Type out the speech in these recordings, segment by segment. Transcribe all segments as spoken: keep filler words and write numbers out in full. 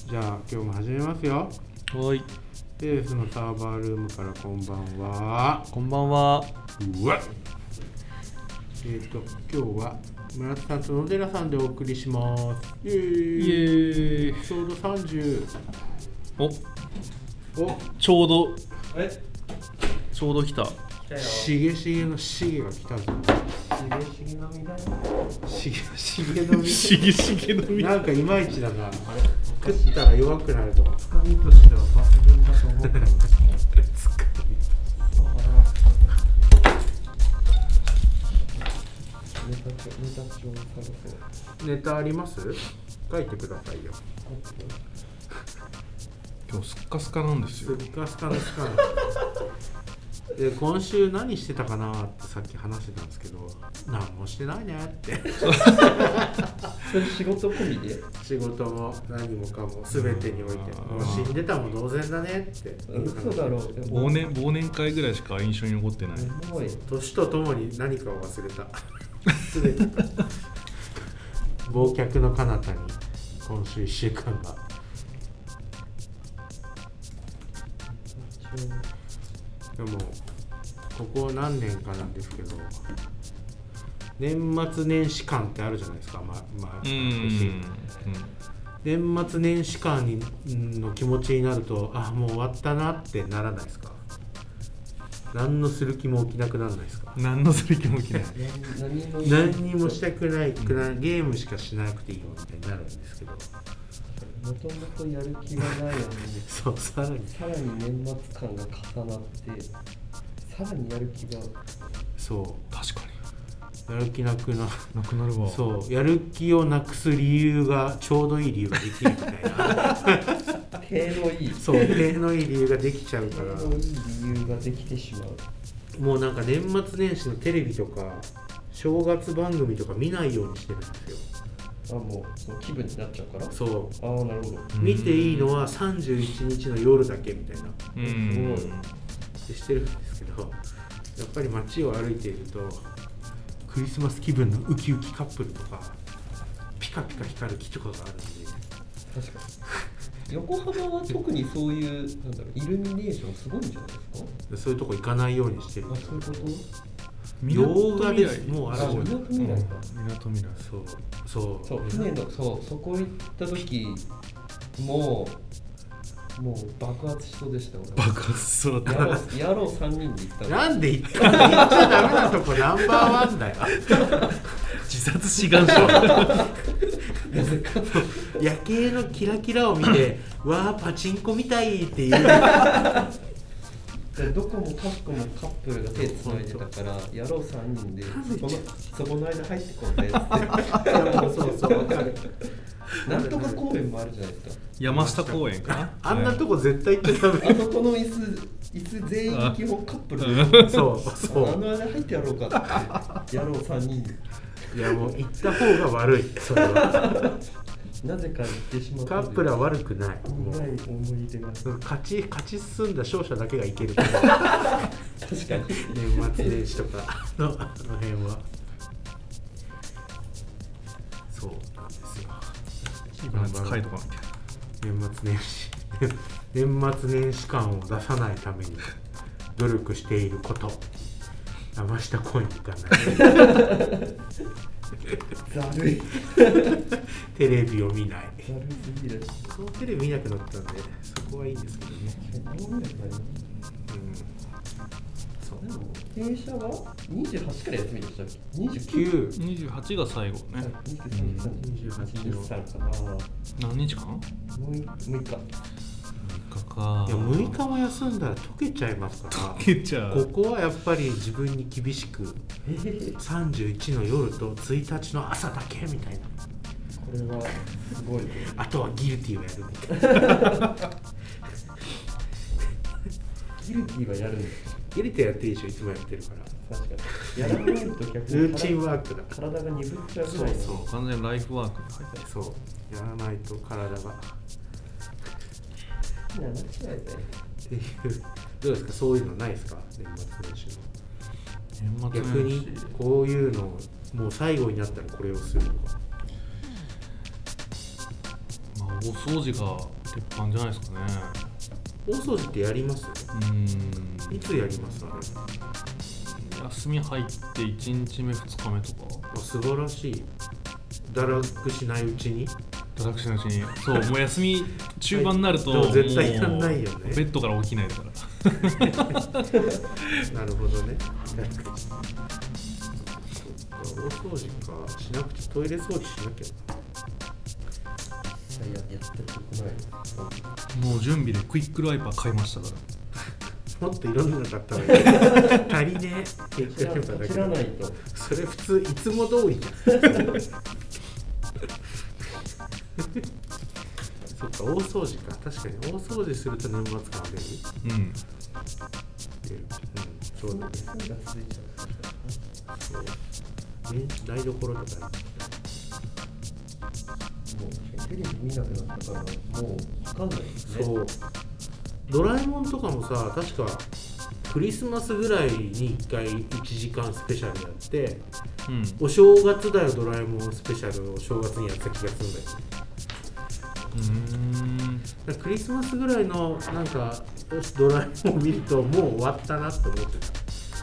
じゃあ今日も始めますよ。 はい。 ペースのサーバールームからこんばんは。 こんばんは。 うわっ。えっ、ー、と今日は村田さんと野寺さんでお送りします。イエーイ。 イエーイ。 ちょうどさんじゅう。お。お。 ちょうど。 え？ ちょうど来た。 しげしげのしげが来たぞ。 しげしげの実だよ。 しげしげの実。 しげしげの実。 なんかいまいちだな。食ったら弱くなるぞ。 つかみとしては抜群だと思ったの。 つかみ。ネタ帳、ネタ帳を探そう。 ネタあります？書いてくださいよ。 今日スッカスカなんですよ。 スッカスカのスカの。で今週何してたかなってさっき話してたんですけど、何もしてないねってそれ仕事込みで仕事も何もかも全てにおいてもう死んでたも同然だねって嘘だろう。 忘年忘年会ぐらいしか印象に残ってない。 年とともに何かを忘れた全て忘却の彼方に今週いっしゅうかんがでもここ何年かなんですけど年末年始感ってあるじゃないですか。ままあ、年末年始感にの気持ちになるとあもう終わったなってならないですか。何のする気も起きなくならないですか。 何のする気も起きない何, 何にもしたくないくな、うん、ゲームしかしなくていいよみたいになるんですけどもともとやる気がないのにそうさらにさらに年末感が重なってさらにやる気がそう確かにやる気なくななくなるわ。 そうやる気をなくす理由がちょうどいい理由ができるみたいな手のいいそう手のいい理由ができちゃうから手のいい理由ができてしまう。 もうなんか年末年始のテレビとか正月番組とか見ないようにしてるんですよ。 あもうその気分になっちゃうからそうああなるほど。 見ていいのはさんじゅういちにちの夜だけみたいなうんすごいってしてるんですけどやっぱり街を歩いているとクリスマス気分のウキウキカップルとかピカピカ光る木とかがあるんで確かに横浜は特にそういうなんだろうイルミネーションすごいんじゃないですか。 そういうとこ行かないようにしてる。 あそういうこと。 洋画ですもうあるじゃん。 みなとみらいか。 みなとみらい。 そうそうそう船のそうそこ行った時もうもう爆発しそうでした俺。 爆発しそうだった。 やろうやろうさんにんで行った。 なんで行ったの？行っちゃダメなとこナンバーワンだよ。 自殺志願者。 夜景のキラキラを見てわーパチンコみたいっていうどこもかしこもカップルが手つないでたからやろうさんにんでそこのそこの間入ってこんねってそうそうわかる。なんとか公園もあるじゃないですか。 山下公園かな。 あんなとこ絶対行っちゃダメ。 あそこの椅子椅子全員基本カップルでそうそうあの間入ってやろうかってやろうさんにんで。 いやもう行った方が悪いそれは。 なぜか行ってしまった。 カップルは悪くない。 苦い思い出が。 勝ち勝ち進んだ勝者だけがいけるけど。確かに。 年末年始とかのあの辺は。そうなんですよ。 今使いとかなきゃ。 年末年始年末年始感を出さないために努力していること。山下公園に行かない。 ざるい。 テレビを見ない。 ざるすぎる。 そのテレビ見なくなったんでそこはいいんですけどね。 何も見なくなり。うん。そう。でも停車はにじゅうはちから休みでしたっけ？にじゅうきゅう。 にじゅうはちが最後ね。 にじゅうさん、にじゅうはち、にじゅうさんかな。 何日間？ もうむいか。 むいかか。 いやむいかも休んだら溶けちゃいますから。 溶けちゃう。 ここはやっぱり自分に厳しくさんじゅういちの夜とついたちの朝だけみたいな。 これはすごい。 あとはギルティをやるみたいな。 ギルティはやるんですか？ ギルティやっていいでしょいつもやってるから。確かに。やらないと逆にルーチンワークだ。 体が鈍っちゃうぐらいの。 そうそう完全にライフワークに入ってる。 そうやらないと体が。 いや間違えて。 っていうどうですかそういうのないですか年末年始の。 年末年始逆にこういうのもう最後になったらこれをするとか。 まあお掃除が鉄板じゃないですかね。 大掃除ってやります？ うーんいつやりますかね。 休み入っていちにちめふつかめとか。 あ、素晴らしい。堕落しないうちに堕落しないうちにそうもう休み中盤になると、 はい、絶対やんないよね。 ベッドから起きないからなるほどね。大掃除か。しなくてトイレ掃除しなきゃ。 ややってほしくない。 もう準備でクイックルワイパー買いましたから。 もっといろんなの買った方がいい。足りねえ。結局だけ切らないと。 それ普通いつも通りじゃん。そっか、大掃除か。確かに大掃除すると年末感出る。 うん出る。うん、そうだね。 が続いちゃう。 そうね、台所とかもうテレビ見なくなったからもう分かんないですね。 そうドラえもんとかもさ、確かクリスマスぐらいにいっかいいちじかんスペシャルやって、 うん、 お正月だよドラえもんスペシャルを正月にやった気がするんだよね。 うーんだからクリスマスぐらいのなんかドラえもんを見るともう終わったなって思ってた。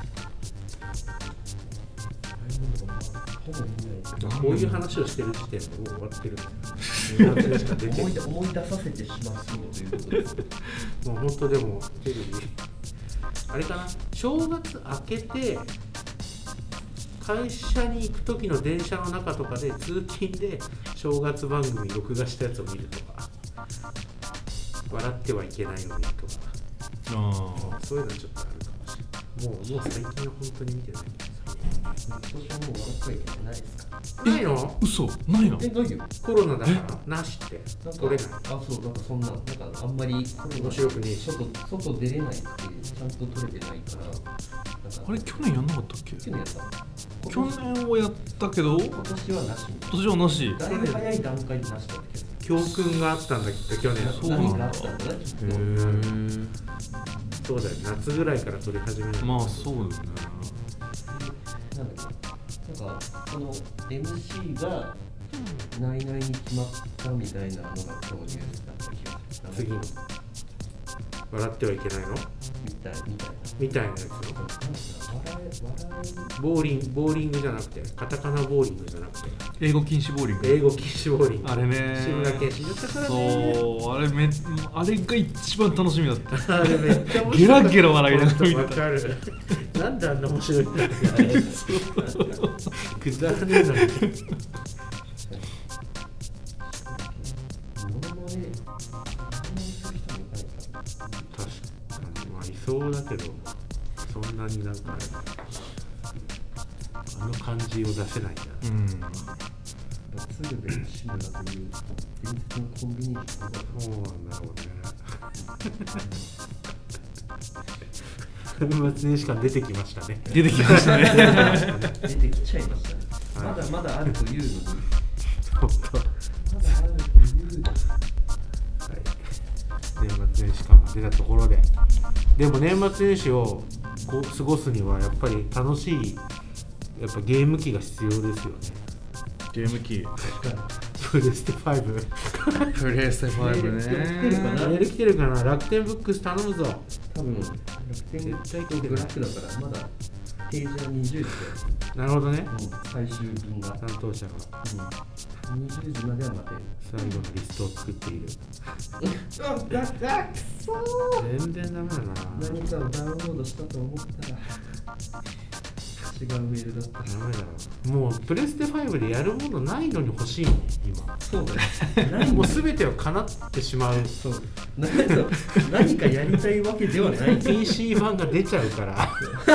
こういう話をしてる時点でもう終わってる。 思い出思い出させてしまうということです。 もう本当でもテレビあれかな、正月明けて会社に行く時の電車の中とかで通勤で正月番組録画したやつを見るとか、笑ってはいけないのにとか、 あそういうのちょっとあるかもしれない。もうもう最近は本当に見てない。 今年はもう笑ってはいけないですか。 ないの？ 嘘ないの？ え、ないよ。 コロナだからなしってなんか取れない。 あ、そう、なんかそんな、なんかあんまり面白くねえし、 外外出れないってちゃんと取れてないから。なんかあれ去年やんなかったっけ？ 去年やった去年はやったけど今年はなしみたい今年はなし。 な。だいぶ早い段階でなしだったけど。 教訓があったんだきっと去年。 そうなんだ何があったんだね、きっと。 へーそうだよ、夏ぐらいから撮り始めない。 まあそうですね。 なんだっけ、なんかこの エムシー が内々に決まったみたいなのが今日ニュースだった気がする。 次の笑ってはいけないのみたいみたいな。 みたいなやつよ。 なんだ笑え笑えボーリングボーリングじゃなくて、カタカナボーリングじゃなくて、 英語禁止ボーリング。 英語禁止ボーリング。 あれね。 志村けん死んじゃったからね。 そうあれめあれが一番楽しみだった。 あれめっちゃ面白い。 ゲラゲラ笑いながら見てた。 わかる。なんであんな面白いんだろうね。くだらねえのに。 モノマネモノマネする人もいないから。 確かに、まあいそうだけど、そんなになんかあの感じを出せないんだ。 うん。 鶴瓶の志村という伝説のコンビネーションがそうなんだろうね。年末年始感出てきましたね。 出てきましたね。 出てきちゃいましたね。 はいまだまだあるというのに。 本当。 まだあるというのに。 年末年始感が出たところで、でも年末年始をこう過ごすにはやっぱり楽しいやっぱゲーム機が必要ですよね。 ゲーム機。 プレステファイブ。 プレステファイブね。 メール来てるかなメール来てるかな。楽天ブックス頼むぞ。 多分楽天絶対来てるブラックだからまだページはにじゅうじなるほどね。 で、うん、最終便が、 担当者がうん、にじゅうじまでは待てる。 最後のリストを作っている。 あ、だだくそー。 全然ダメだな。 何かをダウンロードしたと思ったら違うメールだった。 ダメだろ。もうプレステファイブでやるものないのに欲しいもん今。 そうだね。 もう全ては叶ってしまう。 そう何か何かやりたいわけではない。 ピーシー 版が出ちゃうから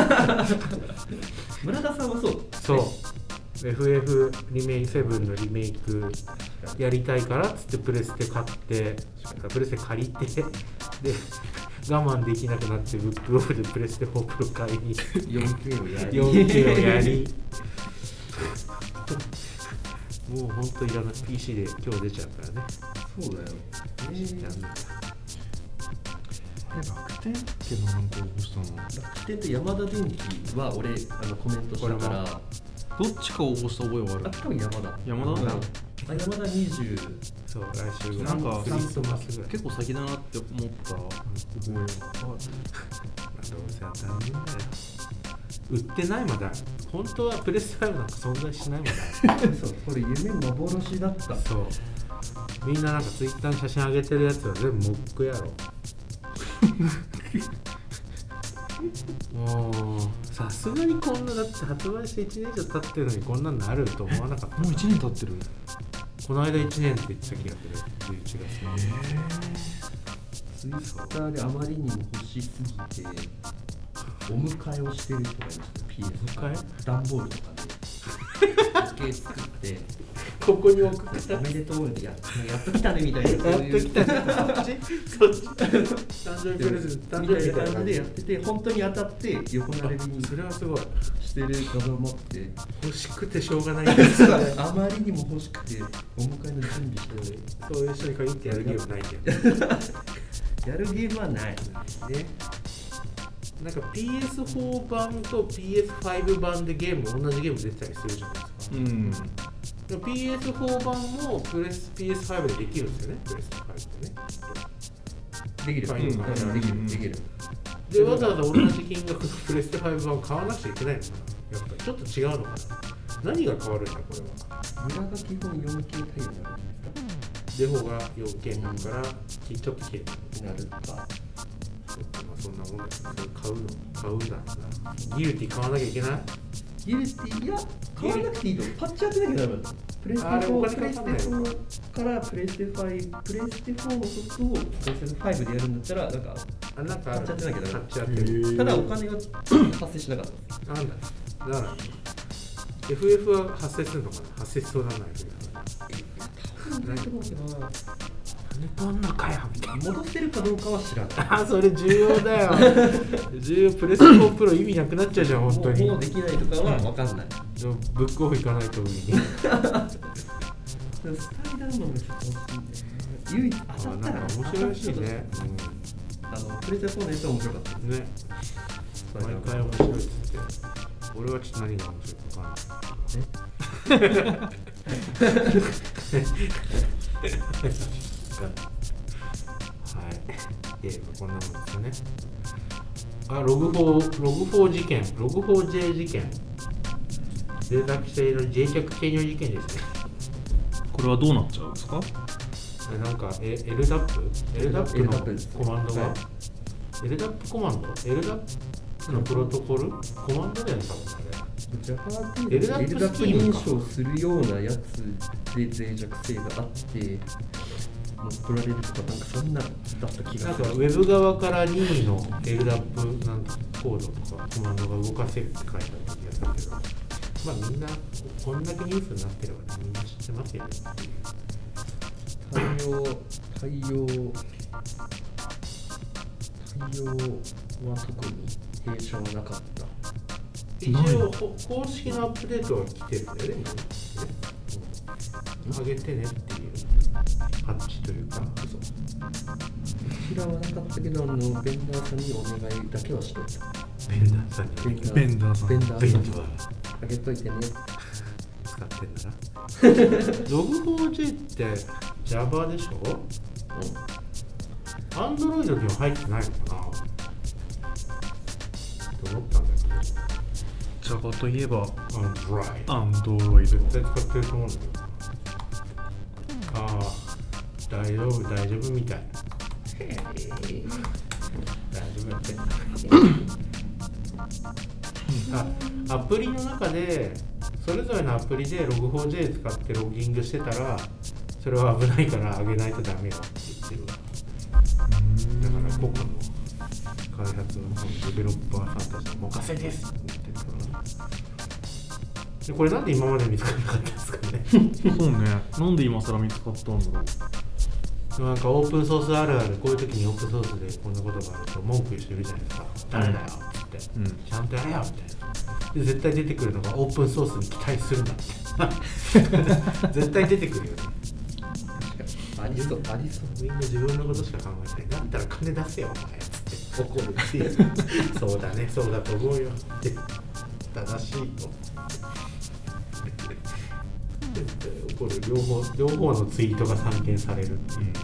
村田さんはそう。 そう エフエフ リメイクセブンのリメイクやりたいからっつってプレステ買ってプレステ借りてで我慢できなくなってブックオフでプレステフォープロ買いによんケー をやりよんケー をやりもうほんといらない ピーシー で今日出ちゃうからね。 そうだよ。えー、 やんなきゃ。 楽天ってのなんか応募したの。 楽天と山田電機は俺あのコメントしたから。 どっちか応募した覚えはある。 あ、多分山田。 山田うんあ、山田にじゅうそう来週ぐらいなんかクリスマスぐらい結構先だなって思った覚えが、 どうせ当たんねえんだよ。売ってないまだ本当はプレステファイブなんか存在しないまだそう、これ夢幻だった。 そうみんななんかツイッターに写真上げてるやつは全部モックやろもうさすがにこんなだって発売していちねん以上経ってるのにこんなのあると思わなかったもういちねん経ってる。 この間いちねんって言ってた気がするじゅういちがつにツイッターであまりにも欲しすぎてお迎えをしてる人がいました。 ピーエス迎え段ボールとかで時計作ってここに置くおめでとうってややっと来たねみたいな、そうやっいうと来たねそっちそっち誕生日プレゼント誕み生たいな感じ日みたいな感じでやってて、本当に当たって横並びにそれはすごいしてる画像もあって欲しくてしょうがないですあまりにも欲しくてお迎えの準備してる。 そういう人に限ってやるゲームないんだよやるゲームはないね。なんか ピーエスフォー 版と ピーエスファイブ 版でゲーム同じゲーム出てたりするじゃないですか。 うん。 でも ピーエスフォー 版もプレス ピーエスファイブ でできるんですよね。プレスファイブでね。 できる、 ファイブ版うん、できるできる。 でわざわざ同じ金額のプレステファイブ版を買わなくちゃいけないのかな。やっぱちょっと違うのかな。何が変わるんだこれは。 裏が基本 よんケー 対応になるんデフォが よんケー だからちょっと綺麗ですか。なるか。 そうか、まあそんなもんだよ。それ買うの買うんだろうな。ギルティ買わなきゃいけない？ ギルティ、いや、買わなくていいと。パッチ当てなきゃダメだ。プレステあれおフォー、プレステ金かかんないのか。 フォーからプレステファイブ、プレステフォーのソフトをプレステファイブでやるんだったら、なんか、 あ、なんかある。 買っちゃってなきゃダメ買っちゃってる。 ただお金が発生しなかった。 なんだ。だから エフエフ は発生するのかな。発生しそうだな。エフエフ は。 何と思うけどな。 どんなかよみたいな。 戻せるかどうかは知らない。 あ、それ重要だよ。重要。プレステフォープロ意味なくなっちゃうじゃん本当に。 もうできないとかは分かんない。 でもブックオフ行かないと上に。 スパイダーマンがちょっと欲しいんだよね。唯一当たったらなんか面白いしね。 あのプレステフォーのやつは面白かった。 うん、ね。毎回面白いっつって。俺はちょっと何が面白いか分かんない。はい。ゲームこんなもんですよね。あ、ログフォー、ログフォー事件、ログフォージェー 事件。脆弱性の脆弱系の事件ですね。 これはどうなっちゃうんですか？ なんか、え エルダップ エルダップ のエルダップコマンドが、 はい、 エルダップコマンド エルダップのプロトコルコマンドだよね、多分あれ。 ジャパーってエルダップ認証するようなやつで脆弱性があって乗っ取られるとか、なんかそんなだった気がする。 なんかウェブ側から任意の エルダップなんかコードとかコマンドが動かせるって書いてあった気がするけど、まあみんなこんだけニュースになってればね、みんな知ってますよねっていう。 対応対応対応は特に弊社はなかった。 一応公式のアップデートは来てるんだよね、今ね。上げてねっていうパッチというか。そう。 こちらはなかったけど、あのベンダーさんにお願いだけはしといた。 ベンダーさんにベンダーさんベンダベンダーさんーあげといてね。 使ってんだな。ログフォージェー って Java でしょ？ うん。 Android には入ってないのかなと思ったんだけど。 Java といえば Android。 Android 絶対使ってると思うんだけど。ああ、大丈夫、大丈夫みたい。大丈夫やって。あ、アプリの中でそれぞれのアプリで ログフォージェー 使ってロギングしてたら、それは危ないから上げないとダメよって言ってるわ。だから個々の開発のデベロッパーさんたちの任せですって言ってるからな。でこれなんで今まで見つからなかったんですかね。 そうね、なんで今更見つかったんだろう。 なんかオープンソースあるある、こういう時にオープンソースでこんなことがあると文句言う人いるじゃないですか。誰だよって言って、 うん、 ちゃんとやれよみたいな。で絶対出てくるのがオープンソースに期待するなって絶対出てくるよね。 ありそうありそう。 みんな自分のことしか考えてない。だったら金出せよお前っつって怒るっていうそうだね、そうだと思うよって正しいと。 起こる両方両方のツイートが散見されるっていう、うん、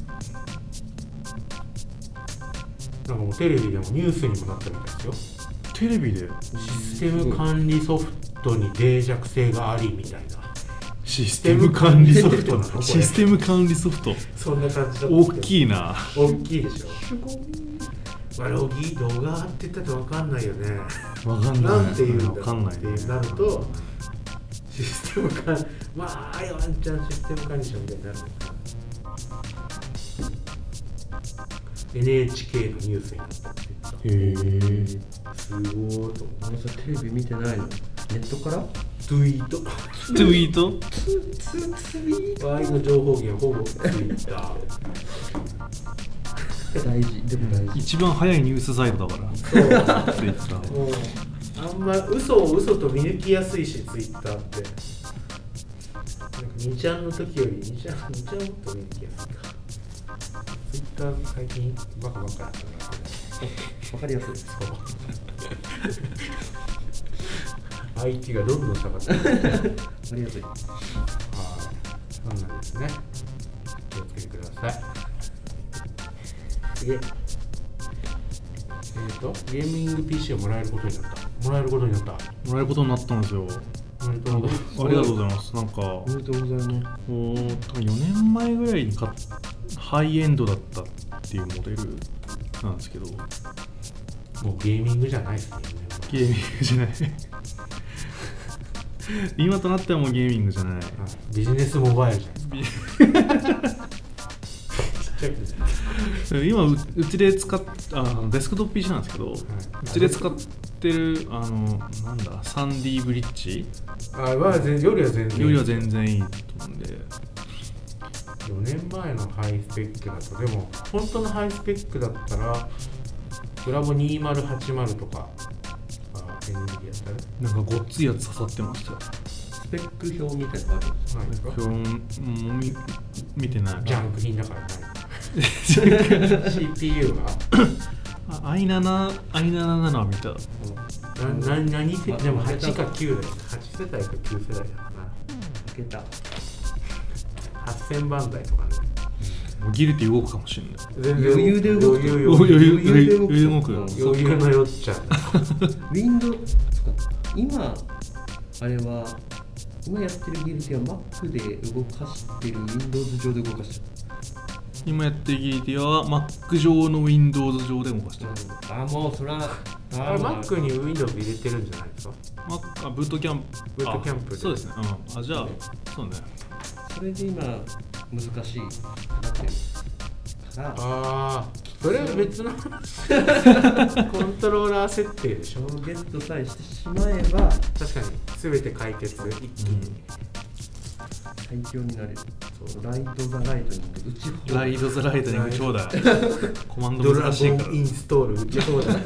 なんかもうテレビでもニュースにもなったみたいですよ。 テレビでシステム管理ソフトに脆弱性がありみたいな。 システム管理ソフトなのシステム管理ソフトそんな感じだった。 大きいな。 大きいでしょ。まあ、ロギ動画って言ったって分かんないよね。 分かんない。 なんていうんだ分かんない、 ってなるとシステム管理、まああれワンチャンシステム管理者みたいになるのかな。 エヌエイチケー のニュースになったって言った。へえ、すごーと思う。 あのさテレビ見てないの？ネットから？ ツイートツイートツツツイート。 ワイの情報源ほぼツイッター。 大事、でも大事。 一番早いニュースサイトだから。 そう。ツイッター。 もうあんま嘘を嘘と見抜きやすいし、ツイッターって。なんかにちゃんの時よりにちゃん、にちゃんもっと見抜きやすいか。ツイッター最近バカバカやったな。 わかりやすい。 そう。アイティー がどんどん下がってる。わかりやすい。はい、 そんなんですね。気をつけてください。で、えーと、ゲーミング ピーシー をもらえることになった。もらえることになった。 もらえることになったんですよ。 おめでとうございます。 ありがとうございます。なんか、 おめでとうございます。 およねんまえぐらいに買っハイエンドだったっていうモデルなんですけど、 もうゲーミングじゃないですね。 ゲーミングじゃない今となってはもうゲーミングじゃない、 ビジネスモバイルじゃないですか。 今 う, うちで使っあデスクトップ ピーシー なんですけど、はい、うちで使ってるあのなんだ スリーディー ブリッジあ、まあ、よりは全然よりは全然いいと思うんで、よねんまえのハイスペックだと、でも本当のハイスペックだったらブラボにせんはちじゅうとかエヌビディアやったらなんかごっついやつ刺さってましたよ。 スペック表みたいなのがあるんですか？ 表も見見てない。 ジャンク品だからない。シーピーユー が アイセブンアイセブン は見た。 なな何世代でもはちかきゅうだよ。はち世代かきゅう世代だからな。 開けた。 はっせんばん台とかね。 もうギルティ動くかもしれない。 全然余裕で動く。 余裕余裕で動く。 余裕のよっちゃん。 Windows 今あれは今やってるギルティは Mac で動かしてる Windows 上で動かしてる。 今やってるギルティは Mac 上の Windows 上で動かしてる。 うん、あ、もうそらああ Mac に Windows 入れてるんじゃないですか。 Mac あブートキャンプブートキャンプで。 そうですね。うん、あじゃあそうね。 それで今難しいなってるから。 ああ、それは別のコントローラー設定でしょ。 ゲットさえしてしまえば確かに全て解決一気に、うん、 最強になれる。そうライドザライトニング打ち放題。 ライドザライトニングちょうだい。コマンド難しいから。 ドラゴンインストール打ち放題。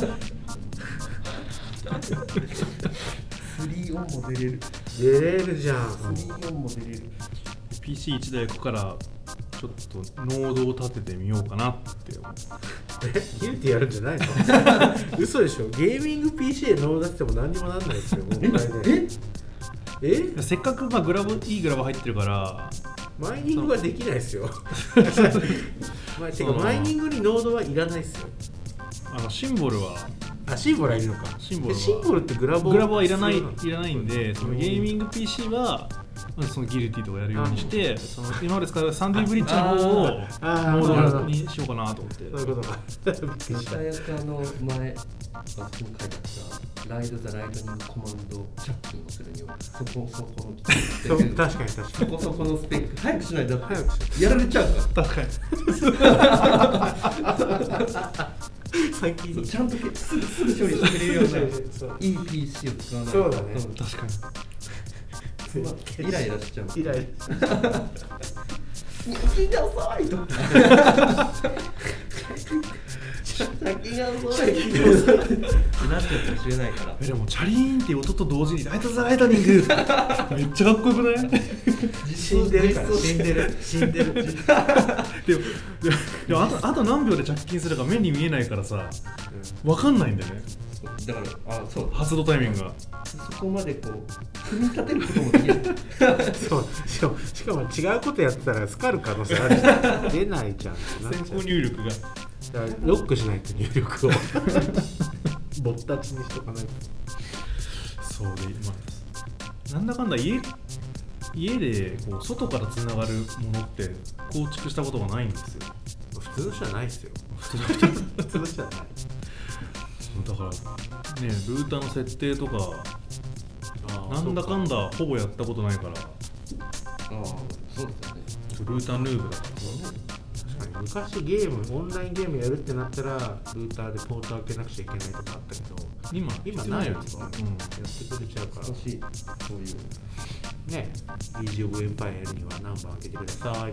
スリーオンも出れる。 出れるじゃん。 スリーオンも出れる。 ピーシーいち 台行くからちょっとノードを立ててみようかなって思う。 え、ギルティやるんじゃないの？嘘でしょ。ゲーミング ピーシー でノード出しても何にもなんないですよ。問題ね。え？え？ せっかくまあグラブいいグラブ入ってるからマイニングはできないですよ。まあ、てかマイニングにノードはいらないですよ。 あのシンボルはあ、シンボルはいるのか。 シンボルはシンボルってグラボグラボはいらないいらないんで、そのゲーミング ピーシー はそのギルティとかやるようにして、その今まで使うサンディブリッジの方をノードにしようかなと思って。 そういうことか。 最悪あの前あそこに書いてあったライドザライトニングコマンドチャッキングするにはそこそこのそう確かに確かにそこそこのスペック早くしないと早くしやられちゃうから確かに先にちゃんとすぐすぐ処理してくれるようないい ピーシー を使わないそうだね、 うん、 確かに、まあ、イライラしちゃうイライラ先が遅いと先が遅いってなっちゃうかもしれないからえでもチャリーンって音と同時にライトザライトニングめっちゃかっこよくない？ 死んでるから死んでる死んでるでもでもあとあと何秒で着金するか目に見えないからさ分かんないんだよね。 だからあそう発動タイミングがそこまでこう組み立てることもできるそうしかもしかも違うことやってたらスカる可能性あるじゃん出ないじゃん先行入力がだからロックしないと入力をぼったちにしとかないとそうで、まあ、なんだかんだ家家でこう外からつながるものって構築したことがないんですよ。 普通の人はないですよ普通の人普通の人はないだからねルーターの設定とかなんだかんだほぼやったことないから。 ああそうですよね。 ルーターヌーブだから確かに昔ゲームオンラインゲームやるってなったらルーターでポート開けなくちゃいけないとかあったけど今今ないよね、 うん、 やってくれちゃうから少しそういうね、イージーオブエンパイアやるには何番開けてくださいみたいな。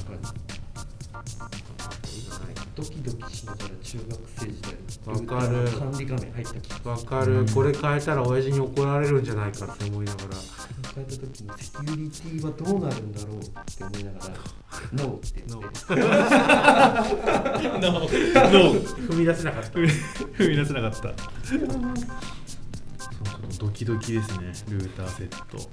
今ない。 ドキドキしながら中学生時代わかる。 管理画面入った気がわかる、うん。これ変えたら親父に怒られるんじゃないかって思いながら。 変えた時にセキュリティはどうなるんだろうって思いながらノーって言ってノーノー踏み出せなかった踏み出せなかったドキドキですね、ルーターセット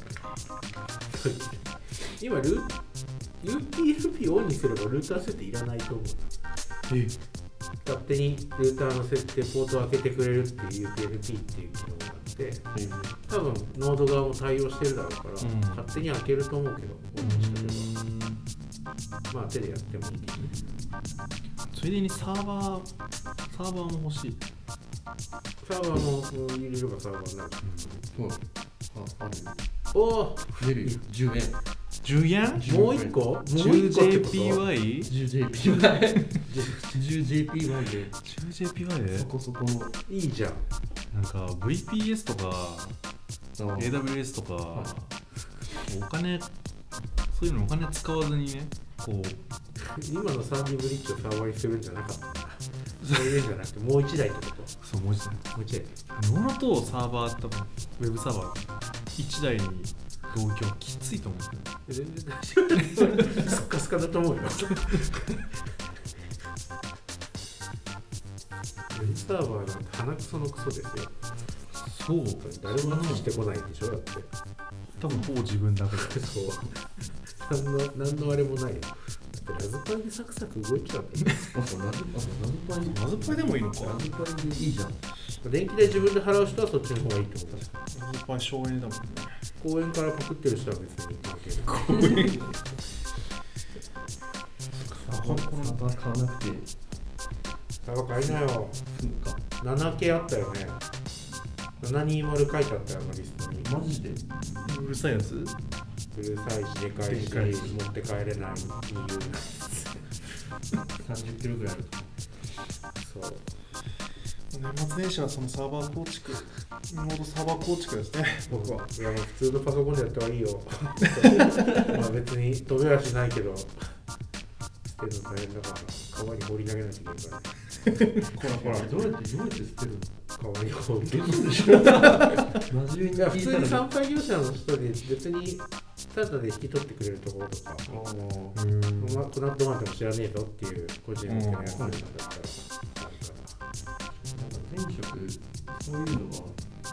今ル ユーティーエルピー オンにすればルーターセットいらないと思う。 え勝手にルーターの設定ポートを開けてくれるっていう ユーティーエルピー っていう機能があって、多分ノード側も対応してるだろうから、うん、勝手に開けると思うけど、オンにしたけどまあ手でやってもいいけどね。 ついでにサーバーサーバーも欲しい。 サーバーも入れればサーバーになる。 うん、あ、ある。 おお、 増えるよ。じゅうえん。 じゅうえん？ もう一個？もう一個じゅうジェーピーワイ？ じゅうジェーピーワイ じゅうジェーピーワイ でじゅうジェーピーワイ でそこそこのいいじゃん。 なんか ブイピーエス とか エーダブリューエス とか、はい、お金そういうのお金使わずにね、こう今のサンディブリッジをサーバーにするんじゃなかったな。そういうんじゃなくてもう一台ってこと？ そう、もう一台。 もう一台。 ノートサーバー多分ウェブサーバー一台に同居きついと思う。 全然大丈夫。スッカスカだと思うよ。ウェブサーバーなんて鼻くそのクソですよ。 そう。 誰も話してこないでしょだって。 多分ほぼ自分だけで。 そう。何の何のあれもないよ。ラズパイでサクサク動いちゃうんだよね。 ラズパイラズパイでもいいのか。 ラズパイでいいじゃん。 電気代自分で払う人はそっちの方がいいと思う。 ラズパイ省エネだもんね。 公園からパクってる人は別に関係ない。 公園サーバー買わなくてサーバー買いなよ。なな系あったよね。ななにじゅう書いてあったよ、あのリストに。 マジでうるさいやつ？ うるさいし、でかいし、持って帰れない理由なんです。 さんじゅっキロぐらいある。 そう。 年末年始はそのサーバー構築、ノードサーバー構築ですね、僕は。 いや、もう普通のパソコンでやった方がいいよ。まあ別に飛べはしないけど、捨てるの大変だから、川に放り投げないといけないからね。 ほらほら、どうやってどうやって捨てるの？ 川に放り投げるでしょ。真面目にいや、普通に産廃業者の人で別にただで引き取ってくれるところとか、ああ、うん、まあ、この後どうなっても知らねえぞっていう個人向けのやつなんだったらあるから。 前職、そういうのは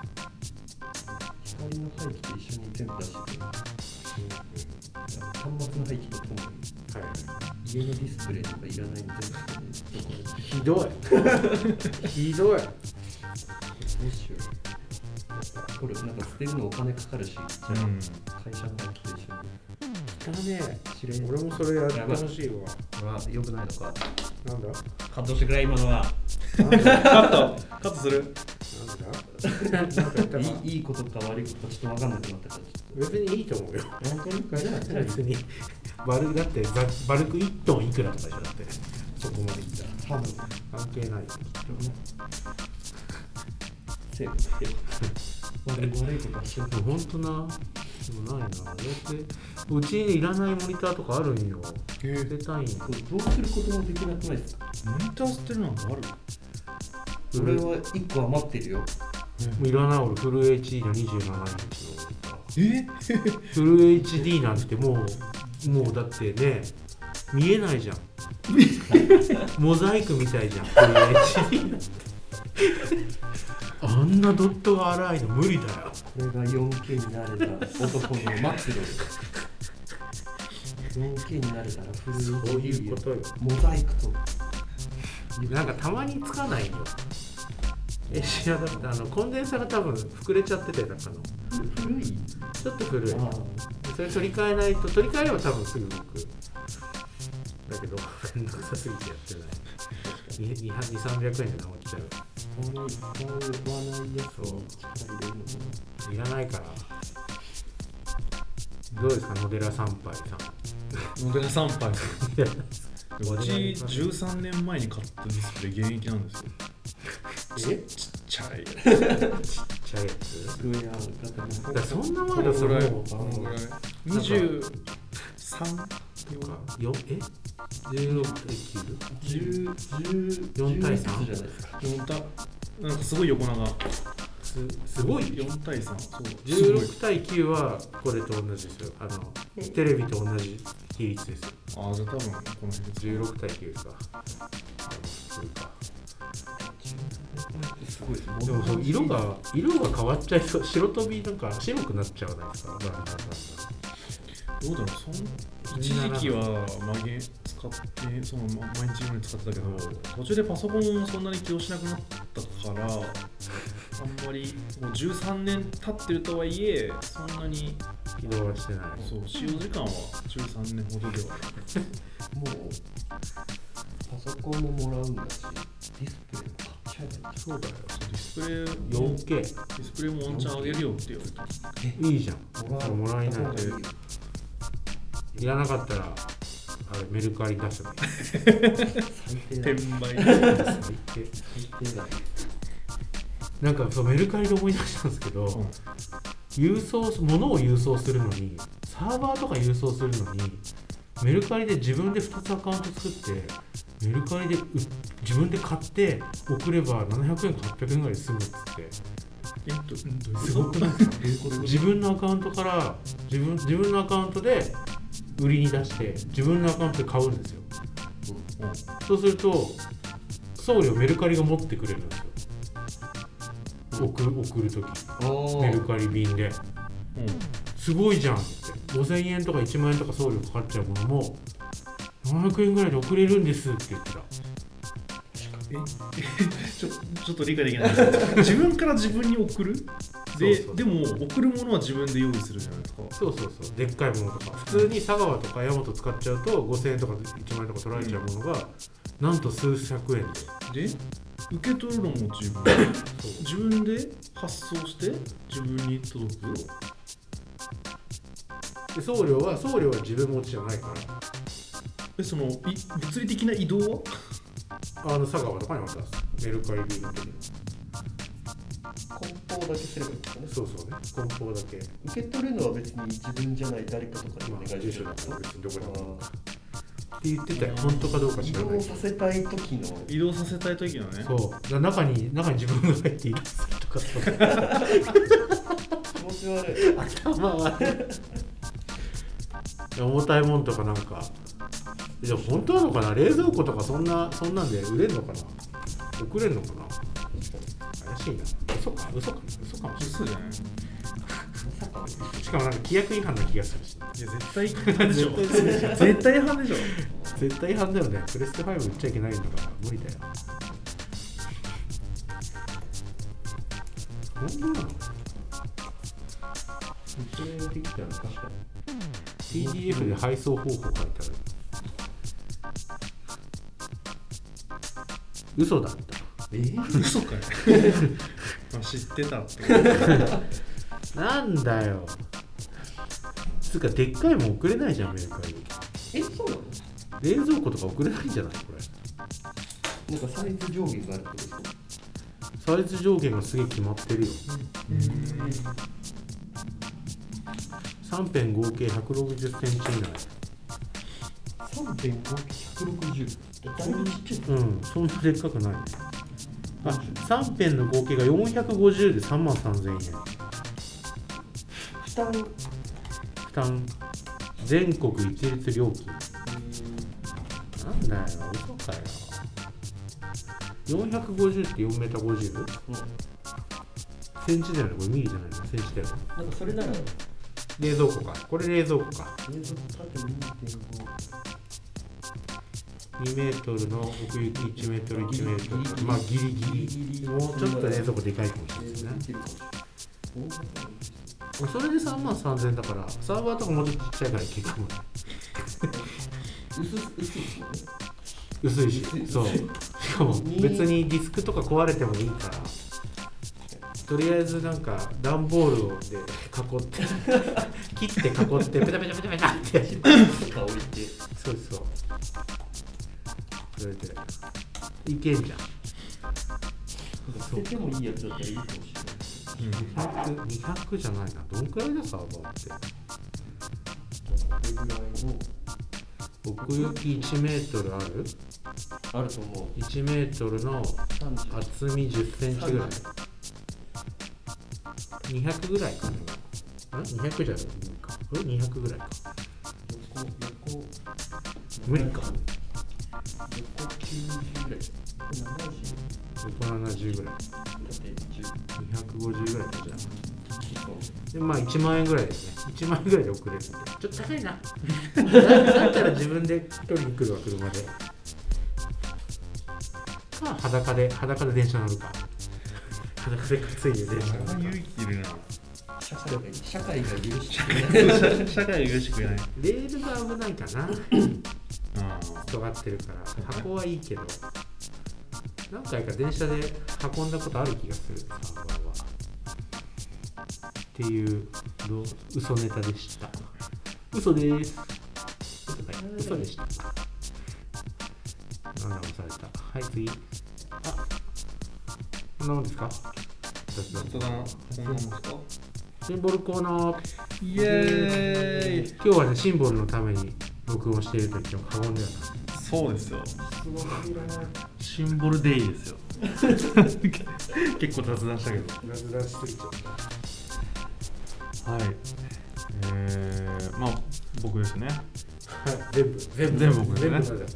光の廃棄と一緒に全部出してくれる、うん、端末の廃棄とともに、はい、家のディスプレイとかいらないの全部、ね、 ひどいひどい。どうしよう。これなんか捨てるのお金かかるし、じゃあ、うん、会社の廃棄と一緒に。 だね、俺もそれやってほしいわ。 これは良くないのか。 なんだ？ カットしてくれ今のは。 カットカットする。 なんだ？ いいいいことか悪いことかちょっと分かんなくなったから。 別にいいと思うよ。 本当にかじゃない別にバルクだってバルクいっトンいくらとかじゃなくてそこまでいったら多分関係ないよね。 セーフセーフ。悪い悪いことはしよう。 本当な。でもないな。だってうちにいらないモニターとかあるんよ。捨てたいんよ。 どうすることもできなくないですか？ モニター捨てるなんかある？ 俺はいっこ余ってるよ。 もういらない。俺フル エイチディー のにじゅうななインチのモニター。 え？ フル エイチディー なんてもうもうだってね見えないじゃん。モザイクみたいじゃん。フル エイチディー なんて。 あんなドットが荒いの無理だよ。 これが よんケー になれた男の末路です。よんケー になれたらフル エイチディーそういうことよ。 モザイクとなんかたまにつかないよ。え、知らなかった。あのコンデンサーが多分膨れちゃってて、中の古い、 ちょっと古い。それ取り替えないと、取り替えれば多分すぐ動く。だけどめんどくさすぎてやってない。にひゃく、さんびゃくえんで直っちゃう。 その使わないやつを力入れるのもいらないから。どうですか、野寺参拝さん。 野寺参拝さんうちじゅうさんねんまえに買ったディスプレイ現役なんですよ。 え、 ちっちゃいちっちゃいやつ。 スクエア型のだからそんな前だともうにじゅうさんとかよえじゅうろく対きゅう、 じゅう、 よん対さんじゃないですか。 よん対なんかすごい横長。 す, すごいよん対さん。そう。 じゅうろく対きゅうはこれと同じですよ。あのテレビと同じ比率ですよ。 ああ、じゃあ多分この辺でじゅうろく対きゅうですか。そうか。 すごいです。 でもそう色が色が変わっちゃいそう。白飛びなんか白くなっちゃわないですか。だんだんだんだん。 どうだろう、そん一時期は曲げ使ってその毎日のように使ってたけど、途中でパソコンもそんなに起動しなくなったからあんまりもうじゅうさんねん経ってるとはいえそんなに起動はしてない。 そう使用時間はじゅうさんねんほどではもうパソコンももらうんだし、ディスプレイも買っちゃえばいい。 そうだよ。 ディスプレイよんケーディスプレイもワンチャンあげるよって言われた。 いいじゃん。 もらうもらえないで。 いいよ。 いらなかったらあれメルカリ出せばいい。 最低だ。 転売最低。 最低だ。 なんかそうメルカリで思い出したんですけど、うん、郵送物を郵送するのにサーバーとか郵送するのにメルカリで自分でふたつアカウント作ってメルカリで自分で買って送ればななひゃくえんかはっぴゃくえんぐらいで済むっつって。 えっと、 すごくないですか？自分のアカウントから自分自分のアカウントで売りに出して自分のアカウントで買うんですよ、うん、そうすると送料メルカリが持ってくれるんですよ。送る送るときメルカリ便で、うん、すごいじゃんってごせんえんとかいちまんえんとか送料かかっちゃうものもななひゃくえんぐらいで送れるんですって言ってた。 えちょ, ちょっと理解できない自分から自分に送るでそうそうそうでも送るものは自分で用意するじゃないですか。 そうそうそう、でっかいものとか普通に佐川とかヤマト使っちゃうとごせんえんとかいちまんえんとか取られちゃうものが、うん、なんと数百円でで受け取るのも自分自分で発送して自分に届く。 で送料は送料は自分持ちじゃないから。 えそのい物理的な移動はあの佐川とかに渡すメルカリ便の時に梱包だけすればいいんですかね。 そうそうね、梱包だけ。 受け取るのは別に自分じゃない誰かとかにお願い住所だったら別にどこでもって言ってたよ。本当かどうか知らない。 移動させたい時の移動させたい時のね。 そうだ中に中に自分が入って移動するとかそう気持ち悪い頭悪い重たいもんとかなんかいや本当なのかな。冷蔵庫とかそんなそんなんで売れんのかな、送れんのかな。怪しいな。嘘か嘘か嘘かもしれない。 嘘じゃない。 しかもなんか規約違反な気がするし。 いや絶対違反でしょ絶対違反でしょ絶対違反だよね。プレステファイブ売っちゃいけないんだから無理だよ。本当なの？ それできたら確かにティーディーエフ で配送方法書いてある。嘘だった。 えー、 嘘かよ知ってたってなんだよ。 つうかでっかいもん送れないじゃんメルカリ。 え、そうなの？ 冷蔵庫とか送れないんじゃないこれ。 なんかサイズ上限があるってことですか？ サイズ上限がすげえ決まってるよ。うん、さん辺合計ひゃくろくじゅっセンチ以内。 さん辺合計ひゃくろくじゅう。だいぶちっちゃい。 うん、そんなでっかくない。あ、さん辺の合計がよんひゃくごじゅうでさんまんさんぜんえん。負担負担全国一律料金。なんだよ、嘘かよ。よんひゃくごじゅうってよんメーターごじゅう？うん。 センチだよね、これミリじゃないの、センチだよね。 なんかそれなら冷蔵庫か、これ冷蔵庫か。 冷蔵庫縦 にてんごにメートルの奥行きいちメートルいちメートル、まあギリギリ、もうちょっと冷蔵庫でかいかもしれないですね。それでさんまんさんぜんだから、サーバーとかもうちょっとちっちゃいからいけるかもね。薄いし、そう。しかも別にディスクとか壊れてもいいから、とりあえずなんか段ボールをで囲って切って囲ってペタペタペタペタってやって置いて、 そうそう。それでいけんじゃん。 捨ててもいいやつだったらいいかもしれない。 にひゃく、にひゃくじゃないな。どんくらいだサーバーって。 これぐらいの奥行きいちメートルある？ あると思う。 いちメートルの厚みじゅっセンチぐらい。にひゃくぐらいかね。あ、にひゃくじゃないか。これにひゃくぐらいか。 横横無理か。 横きゅうじゅうぐらい。 横ななじゅうぐらい。にひゃくごじゅうぐらいかじゃあ。でまあいちまんえんぐらいですね。いちまんえんぐらいで送れるんで。ちょっと高いな。だったら自分で取りに来るわ、車で。か裸で裸で電車乗るか。裸で担いで電車乗るか。 勇気いるな。 社会が社会が許してくれない。 社会が許してくれない。 レールが危ないかな。 あ尖ってるから箱はいいけど、何回か電車で運んだことある気がする、サーバーは。っていうの嘘ネタでした。嘘でーす。嘘でした。なんだ押された。はい、次。あ、こんなもんですか？ 雑談、こんなもんですか？ シンボルコーナー。 イエーイ。 今日はね、シンボルのために録音していると言っても過言ではない。 そうですよ。シンボルデイですよ。結構雑談したけど。 雑談しすぎちゃった。 はい。えー、まあ僕ですね。 はい、全部全部全部僕ですね。 全部はい。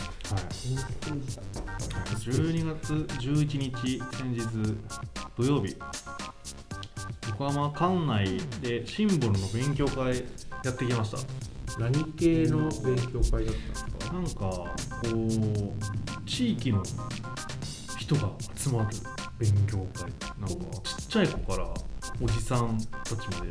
じゅうにがつじゅういちにち、先日土曜日、横浜管内でシンボルの勉強会やってきました。 何系の勉強会だったんですか？ なんかこう地域の人が集まる勉強会、なんかちっちゃい子からおじさんたちまで。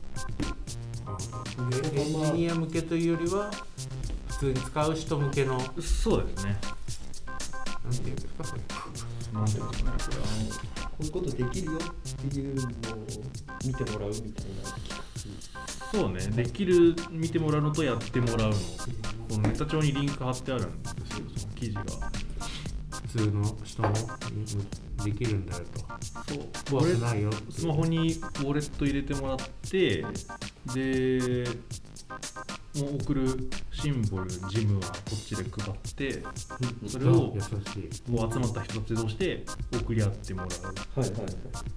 エンジニア向けというよりは普通に使う人向けの、 そうですね。 なんていうんですか、それ。 なんていうんですかね、これこういうことできるよっていうのを見てもらうみたいな。 そうね、できる見てもらうのとやってもらうの、このネタ帳にリンク貼ってあるんですよ、その記事が。 普通の人もできるんだよと。 そう、 怖くないよ。 スマホにウォレット入れてもらって、でもう送るシンボル、ジムはこっちで配って、それを優しい。 もう集まった人たち同士で送り合ってもらう。 はいはいはい。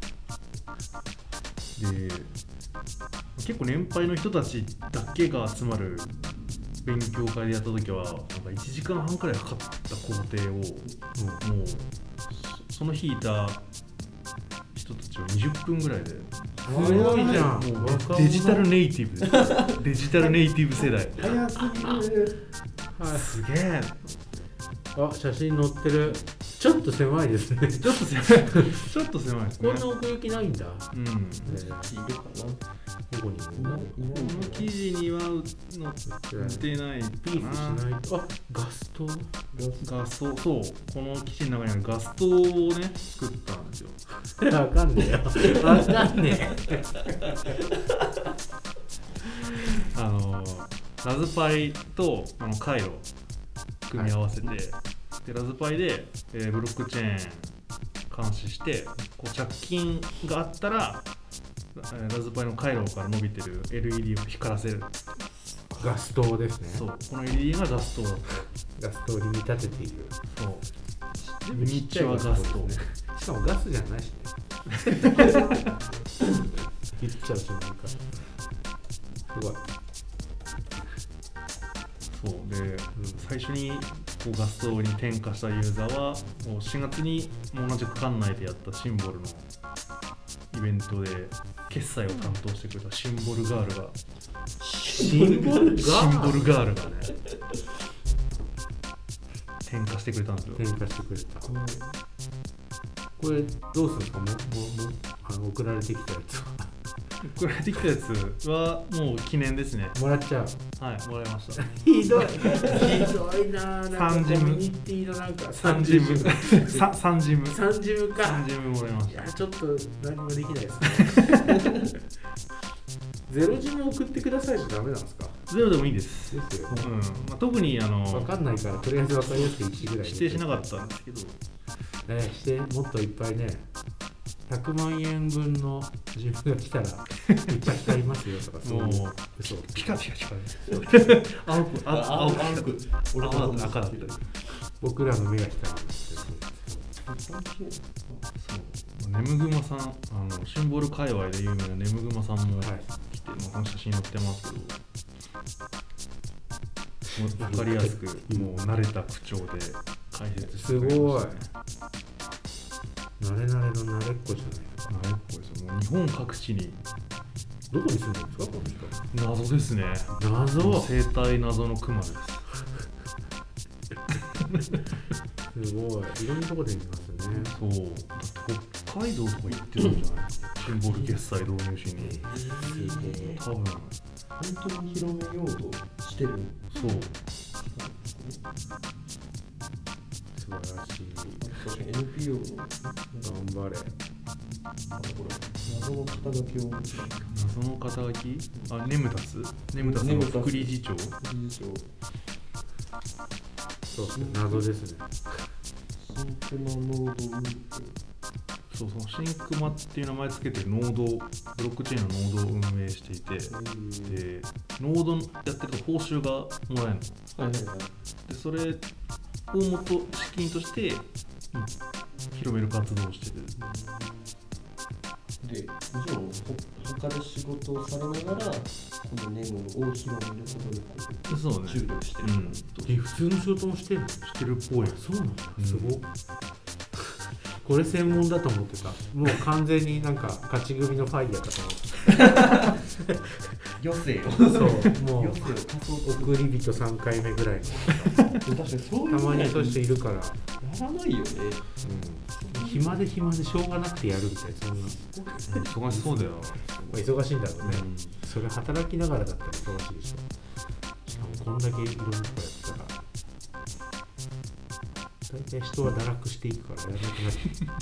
で結構年配の人たちだけが集まる勉強会でやった時はなんかいちじかんはんくらいかかった工程を、うん、もうその日いた人たちをにじゅっぷんぐらいで、 すごいじゃん。 もうデジタルネイティブデジタルネイティブ世代。 早すぎる。 すげえ。 あ、写真載ってる。ちょっと狭いですね。 ちょっと狭いちょっと狭いですね。 こんな奥行きないんだ。 うん。 いるかな。 どこにいるの？ この記事には載ってないかな。 ピースしないと。あ、ガスト。 ガスト、そう、この記事の中にあるガストをね作ったんですよ。 わかんねえよ。わかんねえ。 あのラズパイとあの回路組み合わせて、はい、でラズパイで、えー、ブロックチェーン監視してこう着金があったらラズパイの回路から伸びてる エルイーディー を光らせる。 ガス灯ですね。 そう、この エルイーディー がガス灯だった。 ガス灯に見立てている。 そう。ミニチュアガス灯。 しかもガスじゃないしね。言っちゃうしなんか。すごい。 そうで、うん、最初にこうガス灯に転化したユーザーはもうしがつに同じく館内でやったシンボルのイベントで決済を担当してくれたシンボルガールがシンボルガールシンボルガールがね転嫁してくれたんですよ。 転嫁してくれた、うん、これどうするんですか。もうもうもうあの送られてきたやつは送られてきたやつはもう記念ですね。 もらっちゃう。 はいもらいました。 ひどいひどいな。なんかコミュニティのなんかサンジムササンジムサンジムか。 サンジムもらいました。 いやちょっと何もできないですねゼロジム送ってくださいじゃダメなんですか。 ゼロでもいいです。 ですよ、 うんまあ、特にあの分かんないからとりあえず分かりやすくいちぐらい指定しなかったんですけど、 ね、してもっといっぱいねひゃくまんえんぶんのジムが来たらいっぱい光りますよとかそういう嘘ピカピカ光る青くあ青青くく俺赤だった赤だったり僕らの目が光るんですよ。 ネムグマさんあのシンボル界隈で有名なネムグマさんも来て、 はいまあ、この写真載ってますけど分かりやすくもう慣れた口調で解説してくれましたね。 慣れ慣れの慣れっこじゃない慣れっこですよ。もう日本各地にどこに住んでるんですかこの人。 謎ですね。 謎生態謎のクマです。 すごいいろんなとこで見ますね。 そうだって北海道とか行ってるんじゃないシンボル決済導入しに。多分本当に広めようとしてる。 そう素晴らしい。 確かに エヌピーオー の頑張れ。 あこれ謎の肩書きを謎の肩書きあネムタスネムタスの副理事長理事長そうですね謎ですね。 シンクマノード運転そうそうシンクマっていう名前つけてノードブロックチェーンのノードを運営していて、でノードやってると報酬がもらえるの、 はいはいはい、 でそれを元資金として、うん、広める活動をしてる。 でもちろん他で仕事をされながらこのネムを広めることにそうね注力してる、 うん、 え普通の仕事もしてるの。 してるっぽい。 そうなんだ、 うん、 すごっこれ専門だと思ってた。もう完全になんか勝ち組のファイヤーかと思ってた余生をそうもう余生を仮想と送り人さんかいめぐらいの確かにそういうたまにそういう人いるから、 やらないよね、 うん、暇で暇でしょうがなくてやるみたいな。そんな忙しそうだよ。 忙しいんだろうね、 うん、 それ働きながらだったら忙しいでしょ。しかもこんだけいろんなとこやってたら大体人は堕落していくからやらなくなる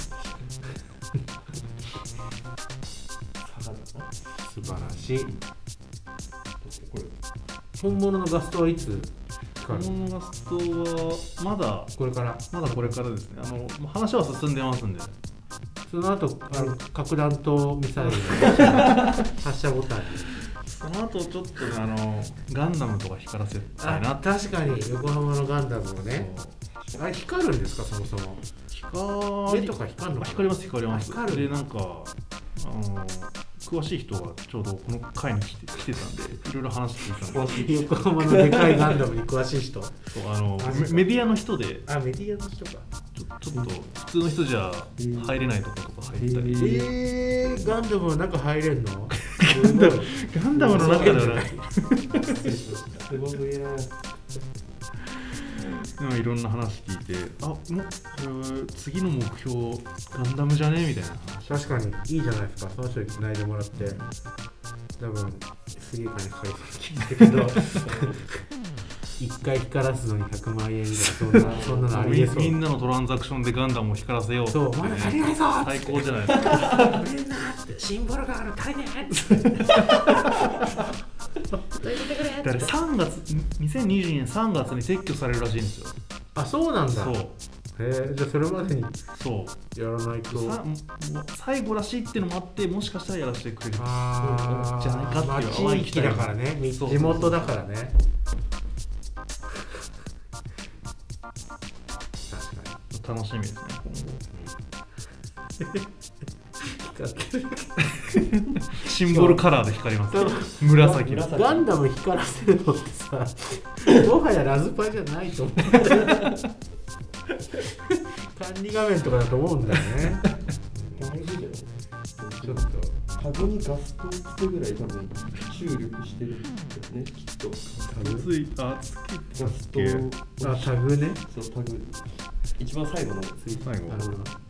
素晴らしい。これ本物のガストはいつ本物のガストはまだこれからまだこれからですね。あの話は進んでますんで、 その後あの核弾頭ミサイルの発射ボタンにその後ちょっとねあのガンダムとか光らせたいな。 確かに横浜のガンダムをね。あれ光るんですかそもそも。 光目とか光るのかな。 光ります光ります。 光るでなんかあの詳しい人がちょうどこの会に来て来てたんでいろいろ話聞いたんで横浜のでかいガンダムに詳しい人そうあのメディアの人であメディアの人かちょ、ちょっと普通の人じゃ入れないところとか入ったり、 えー、ガンダムの中入れんのガンダムガンダムの中ではないすごいな。 でもいろんな話聞いてあもう次の目標ガンダムじゃねみたいな話。確かにいいじゃないですか。その人に繋いでもらって多分すげえ金かかりそうだけど一回光らすのにひゃくまんえんぐらいそんなそんなのありえそう。 みんなのトランザクションでガンダムを光らせようって、ね、 そうまだ足りないぞ最高じゃないですかみんなってシンボルがある足りねえだからさんがつにせんにじゅうにねんさんがつに撤去されるらしいんですよ。 あ、そうなんだ。 そう。 へえ、じゃあそれまでにそうやらないとさ最後らしいっていうのもあってもしかしたらやらせてくれるあじゃないかっていうまあ、地域だからね地元だからね確かに楽しみですね今後シンボルカラーで光ります紫紫ガンダム光らせるのってさもはやラズパじゃないと思う管理画面とかだと思うんだよね大事だよちょっとタグにガストをつくぐらい多分注力してるんだよね、きっと。 タグついあつけガストをあタグねそうタグ一番最後のツイート最後あの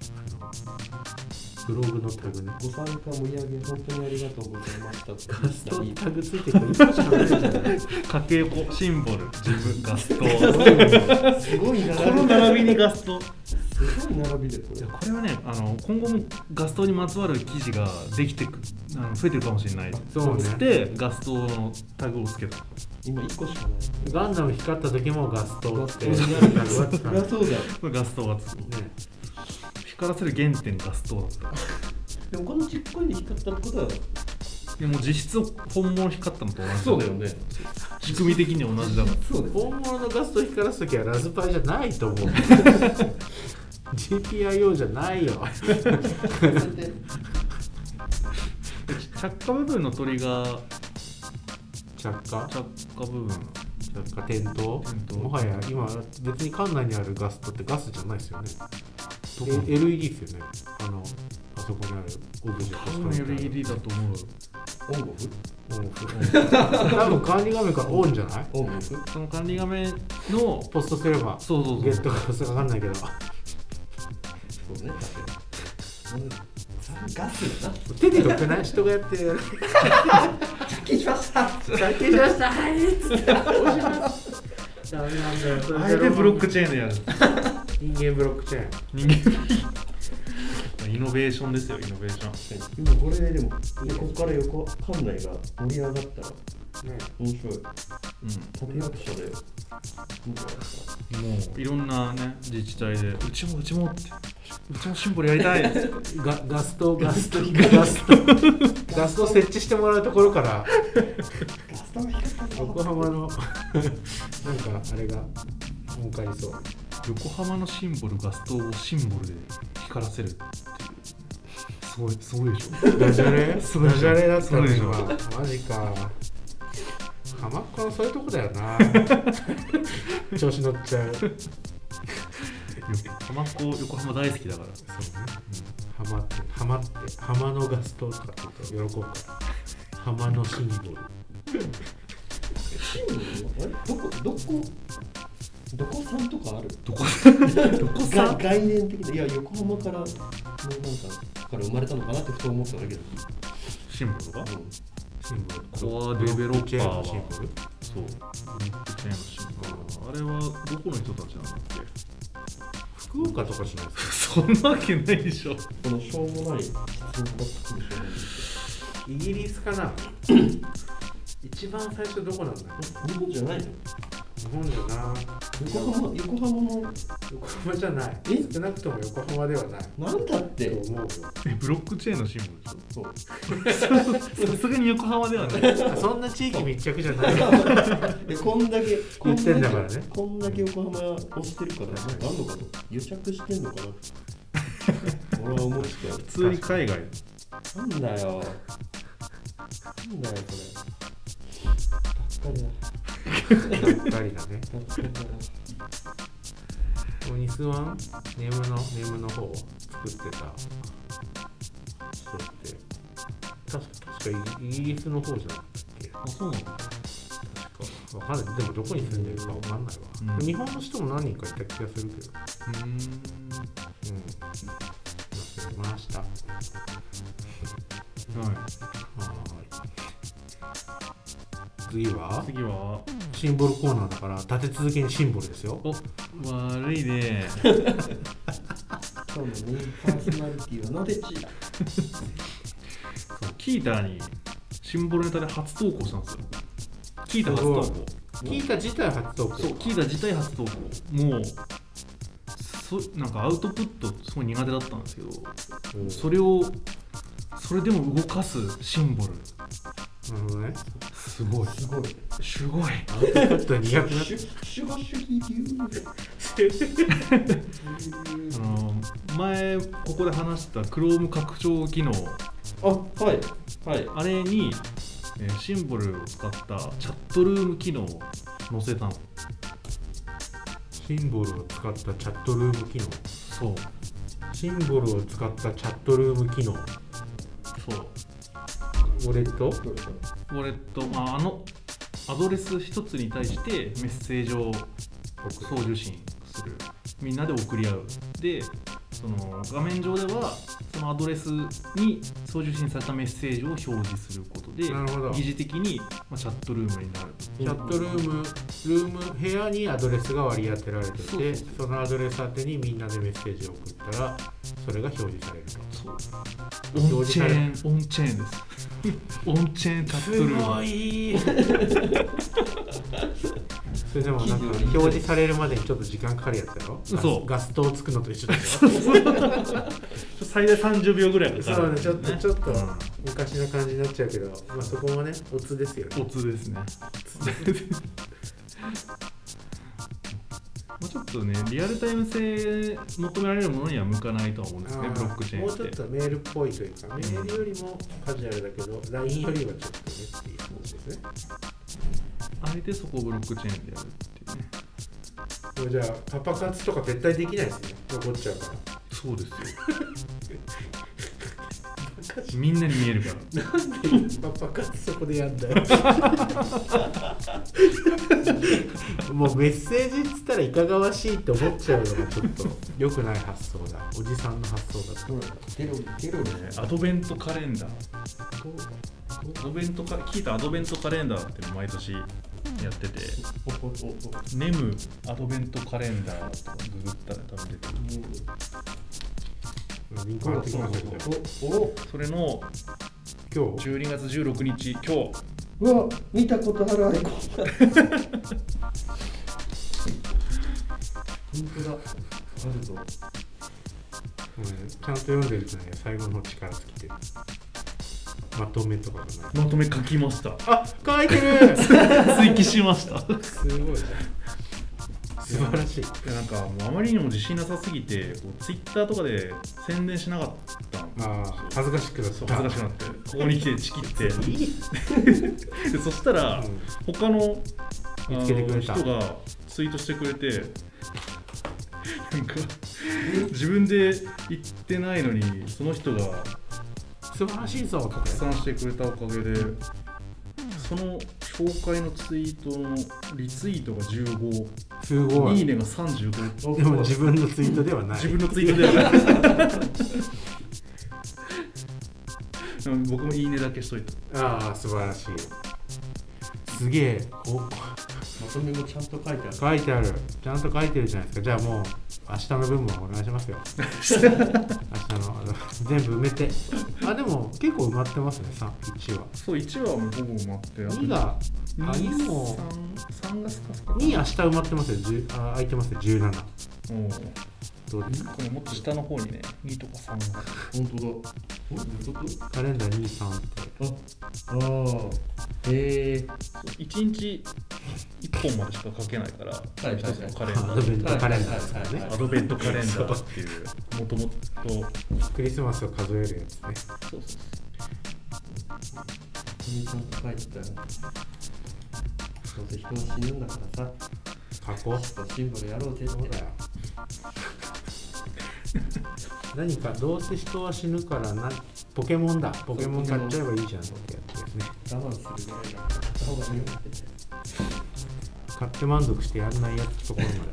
ブログのタグねご参加盛り上げ本当にありがとうございましたってガストタグついてるから一個しかないじゃないかけ横シンボル自分ガストすごい並びこの並びにガストすごい並びでこれ。 これはねあの今後もガストにまつわる記事ができてくあの増えてるかもしれないそうねつってガストのタグをつけた今いっこしかない。 ガンダム光った時もガストガスってトになるタグはつかないねそりゃそうだ。 ガストがつく光らせる原点ガストだったでもこのちっこいで光ったことはでも実質本物光ったのと同じそうだよね。 仕組み的に同じだからそうだよね。 本物のガスト光らす時はラズパイじゃないと思うジーピーアイオー じゃないよ着火部分のトリガー着火着火部分着火点灯点灯もはや今別に館内にあるガストってガスじゃないですよねどこえ エルイーディー ですよねあのあそこにあるオブジェ多分 エルイーディー だと思うオンオフオンオフ多分管理画面からオンじゃないオンオフその管理画面のポストすればそうそうそうゲットがかかんないけどそうね。ガスだな。 手でよくない人がやってやる着火しました。 着火しましたはいっつって押しますダメなんだよそれあえてブロックチェーンでやる人間ブロックチェーン人間イノベーションですよイノベーション今これでもここから横館内が盛り上がったらね面白い。 う立役者で見てました。 んもういろんなね自治体でうちもうちもってうちもシンボルやりたいガガストガストガストガスト設置してもらうところからガストが光ったぞ。 横浜のなんかあれが儲かりそう横浜のシンボルガストをシンボルで光らせるっていうすごいすごいでしょダジャレすごいダジャレだったのすごいでしょ今マジか浜っ子のそういうとこだよな調子乗っちゃうそうね浜っ子横浜大好きだから浜って浜って浜のガストとかって言うと喜ぶから浜のシンボルシンボルはあれどこどこどこさんとかある？ どこどこがさ概念的ないや横浜からのなんかから生まれたのかなってふと思っただけだシンボルがけど。 シンボルコアデベロッパーはシンボルそうブロックチェーンのシンボルあれはどこの人たちなんだっけ福岡とかしないですかそんなわけないでしょこのしょうもない質問だったかもしれない。 イギリスかな一番最初どこなんだろう日本じゃないの？ 日本じゃな横浜横浜の横浜じゃないえ少なくとも横浜ではないなんだっとて。 思うよえブロックチェーンのシンボルでしそう。 ょさすがに横浜ではないあそんな地域密着じゃないでこんだけこんだけ言ってんだからねこんだけ横浜をしてるからなんかあんのかと癒着してんのかな俺は思ってたよ。 普通に海外なんだよなんだよこればっかりだばっかりだねばっかりだな。 ニスワンネームのネームの方を作ってた人って確か確かイギリスの方じゃなかったっけあそうなんだ確かわかんないでもどこに住んでるかわかんないわ、 うん日本の人も何人かいた気がするけどうーんうん忘れましたははいーい次は次はシンボルコーナーだから立て続けにシンボルですよお悪いね今日のメインパーソナリティはノデチだ。 キータにシンボルネタで初投稿したんですよキータ初投稿聞いた自体初投稿そうキータ自体初投稿もうそなんかアウトプットすごい苦手だったんですけどうんそれをそれでも動かすシンボルなるほどねすごいすごい。 すごいアウトプットにひゃくなっ主主語主義流。 あの前ここで話した Chrome 拡張機能あはいはい。 あれに、えーシンボルを使ったチャットルーム機能を載せたのシンボルを使ったチャットルーム機能そうシンボルを使ったチャットルーム機能そうウォレットウォレット、まあ、あのアドレス一つに対してメッセージを送受信する、みんなで送り合う。でその画面上ではそのアドレスに送受信されたメッセージを表示することで疑似的に、まあ、チャットルームになる。 チャットルーム、ルーム部屋にアドレスが割り当てられていて、そうそうそう、そのアドレス宛てにみんなでメッセージを送ったらそれが表示されると。 そうオンチェーン、オンチェーンです。オンチェーンチャットルーム。 すごいそれでもなんか表示されるまでにちょっと時間かかるやつだろ。 そうガス灯をつくのと一緒だよ最大さんじゅうびょうぐらいかかる、ね、 そうね、ちょっとちょっと昔の感じになっちゃうけど、まあ、そこもねオツですよね。 オツですねもうちょっとねリアルタイム性求められるものには向かないとは思うんですね、ブロックチェーンって。 もうちょっとメールっぽいというか、メールよりもカジュアルだけど ライン よりはちょっとねっていう感じですね。 あえてそこをブロックチェーンでやるっていうね。 もうじゃあパパ活とか絶対できないですね、残っちゃうから。 そうですよみんなに見えるから。 なんでパパ活そこでやんだよもうメッセージっつったらいかがわしいって思っちゃうのがちょっと良くない発想だ。おじさんの発想だと。 ゲロゲロね。 アドベントカレンダー。アドベントカ聞いたアドベントカレンダーっていうの毎年やってて、ネムアドベントカレンダーとかググったら多分出てくる。 リンク貼ってきましたけど、 おそれの今日じゅうにがつじゅうろくにち、今日うわ見たことあるアイコン本当だ、あるぞ、 うん、ちゃんと読んでるとね最後の方力尽きてる。まとめとかじゃない。 まとめ書きました。 あ、書いてる追記しましたすごいじゃん、素晴らしい。 いやなんかもうあまりにも自信なさすぎてこうツイッターとかで宣伝しなかったんですよ。 あ恥ずかしくなった。 恥ずかしくなってここに来てチキってでそしたら、うん、他の見つけてくれた人がツイートしてくれて、なんか自分で言ってないのにその人が素晴らしいぞと拡散してくれたおかげで、その紹介のツイートのリツイートがじゅうご、 すごい、 いいねがさんじゅうご。 でも自分のツイートではない。 自分のツイートではない僕もいいねだけしといた。 ああ素晴らしい。すげえ。おまとめもちゃんと書いてある。 書いてある。ちゃんと書いてるじゃないですか。じゃあもう明日の分もお願いしますよ。明日のあの全部埋めて。あでも結構埋まってますね。さん、いちは。そう、 いちはもうほぼ埋まって。 にがにもさんがすかに明日埋まってますよ。じゅうあ空いてますよ。じゅうなな。 おお。 どうですか。 これもっと下の方にねにとかさんが。 本当だ。 カレンダーに、さんって。 ああへえ。 いちにちいっぽんまでしか書けないから、 はいはいはい、 一つのカレンダー、 アドベントカレンダーですからね。 アドベントカレンダーっていうもともとクリスマスを数えるやつね。 そうそうそう。 ちゃんと書いてたよ。どうせ人は死ぬんだからさ。 書こう。シンボルやろうぜって。 そうだよ。何かどうせ人は死ぬからな、ポケモンだ、ポケモン買っちゃえばいいじゃんってやつですね。 我慢するぐらいだから買った方がいいよって。 買って満足してやんないやつところまで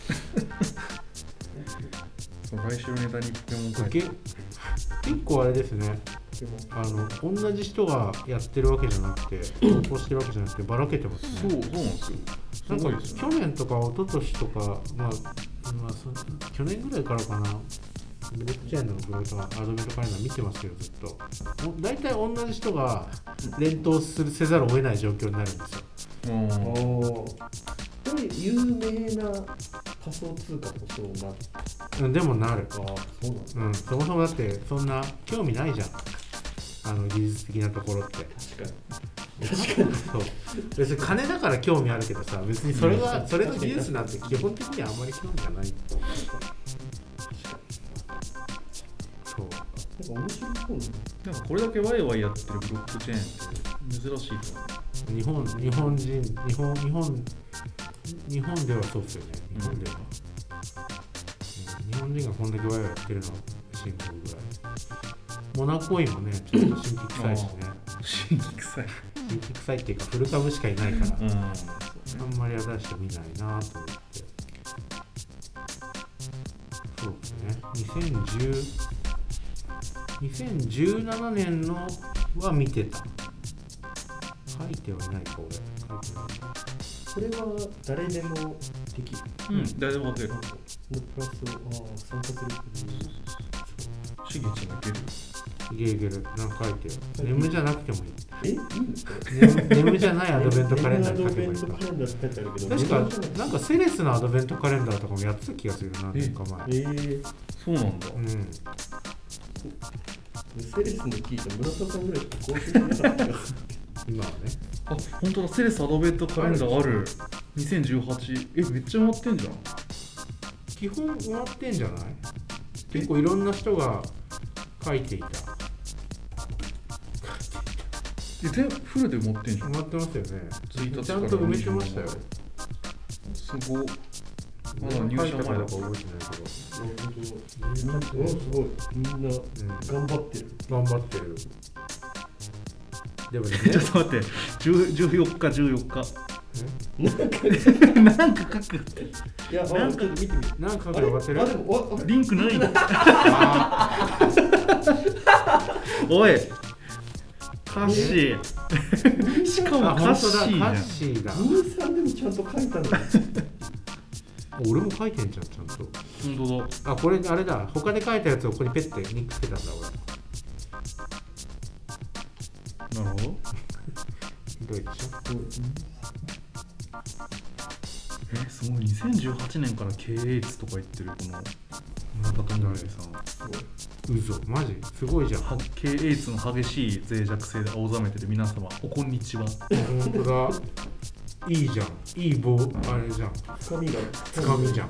ある。来週ネタにポケモン買いて結構あれですね、あの同じ人がやってるわけじゃなくて投稿してるわけじゃなくてばらけてますね。 そうそうなんですよ。 なんか去年とか一昨年とか、まあ、まあ、去年ぐらいからかな、ブロックチェーンのブログとかアドベントカレンダー見てますけど、ずっと大体同じ人が連投するせざるを得ない状況になるんですよ。 おー、これ有名な仮想通貨とそうなる。 うん、でもなる。 ああ、そうなんだ。 うん、そもそもだってそんな興味ないじゃん、あの技術的なところって。 確かに。 確かにそう別に金だから興味あるけどさ、別にそれが、うん、それの技術なんて基本的にはあんまり興味がない。そうなんか面白そうね。 なんかこれだけワイワイやってるブロックチェーンって珍しいと思う。 日本日本人日本日本日本ではそうですよね。日本では、うん、日本人がこんだけワイワイやってるのはシンプルぐらい。 モナコイもねちょっと新規臭いしね新規臭い新規臭いっていうか古株しかいないから、 うん、 あんまり新しく見ないなと思って。そうですねにせんじゅうにせんじゅうななねんのは見てた。書いてはいないか俺。書いてない。 これは誰でもできる。 うん、誰でもできる。 プラスをあ参加する。 シゲちゃんいける。 いけるいける。なんか書いてる。ネムじゃなくてもいい。 え、いいんですか？ ネムじゃないアドベントカレンダー書けばいいか。確かなんかセレスのアドベントカレンダーとかもやってた気がする何年か前。 えー、 そうなんだ。 うん。 セレスの聞いた村田さんぐらいしか更新してなかった気がする。 今はね。 あ、本当だ、セレスアドベントカレンダーある。にせんじゅうはち。え、めっちゃ回ってんじゃん。 基本回ってんじゃない？結構いろんな人が書いていた。 え、全部フルで持ってんじゃん。 回ってますよね。 ついたちちゃんと埋めてましたよ。 すごい。まだ入社前だから覚えてないけど。 すごい。みんな頑張ってる。 頑張ってる。でもね、 ちょっと待って、じゅうよっか、じゅうよっか。なんか書くって。 いや、なんか見てみて。 なんか書くの分かってる？ あ、でも、 リンクないの？おい、カッシー。しかもカッシーじゃん。 カッシーだ。 兄さんでもちゃんと書いたんだ。 俺も書いてんじゃん、ちゃんと。 本当だ。 あ、これあれだ。他で書いたやつをここにペッてリンクつけたんだ、俺。 なるほど。 ひどいでしょ。 え、すごい。にせんじゅうはちねんから経営率とか言ってるこの村田智さん。すごい。 うそ、マジすごいじゃん。 経営率の激しい脆弱性で青ざめてる皆様、おこんにちは。 本当だ。いいじゃん。いい棒、あれじゃん。 つかみが。 つかみじゃん。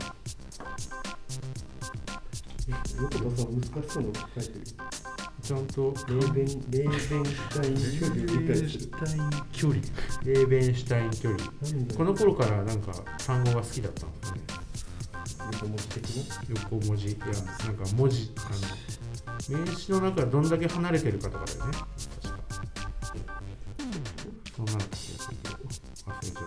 横田さん難しそうなの書いてる。 ちゃんとレーベン、レーベンシュタイン距離を理解する。 距離。 レーベンシュタイン距離。この頃からなんか単語が好きだったんですね。 横文字的な横文字。いや、なんか文字、あの、名詞の中がどんだけ離れてるかとかだよね。確か。そんなの気がするけど、忘れちゃった。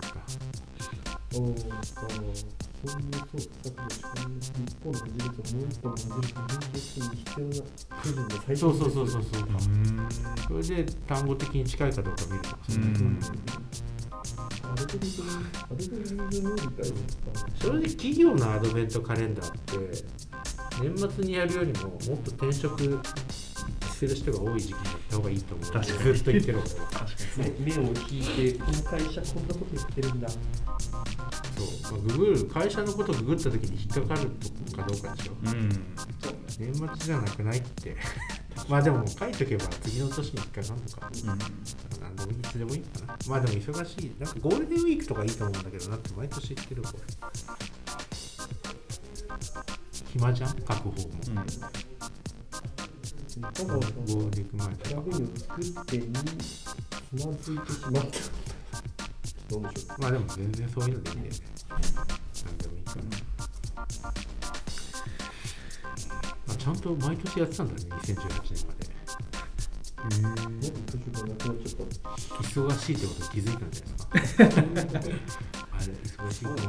おー、そういうそう、さっきの日本の技術をもう一本の技術に連携するに必要な手順の最そうそうそうそうそう。 うそれで単語的に近いかどうか見るとかうん。 アルゴリズム、アルゴリズムの理解ですか。 正直企業のアドベントカレンダーって年末にやるよりももっと転職する人が多い時期にやった方がいいと思う。 確かにずっと言ってる俺は。 確かに。 目を引いて、この会社こんなこと言ってるんだ。 そう、まあ、ググる会社のことをググった時に引っかかるかどうかでしょ。 うん。 年末じゃなくないってまあでも書いとけば次の年に引っかかるのか、うん、なんでもいつでもいいかな。まあでも忙しい、なんかゴールデンウィークとかいいと思うんだけどなって毎年言ってるこれ。暇じゃん書く方も、うんただ、ゴールデンウィーク前とかラグを作ってにつまずいてしまった。どうでしょう。 まあでも全然そういうのでいいんだよね。なんでもいいかな。まあ、ちゃんと毎年やってたんだね、にせんじゅうはちねんまで。へぇー。 途中からなくなっちゃった。 忙しいってことに気づいたんじゃないですか。あれ、忙しいかもって。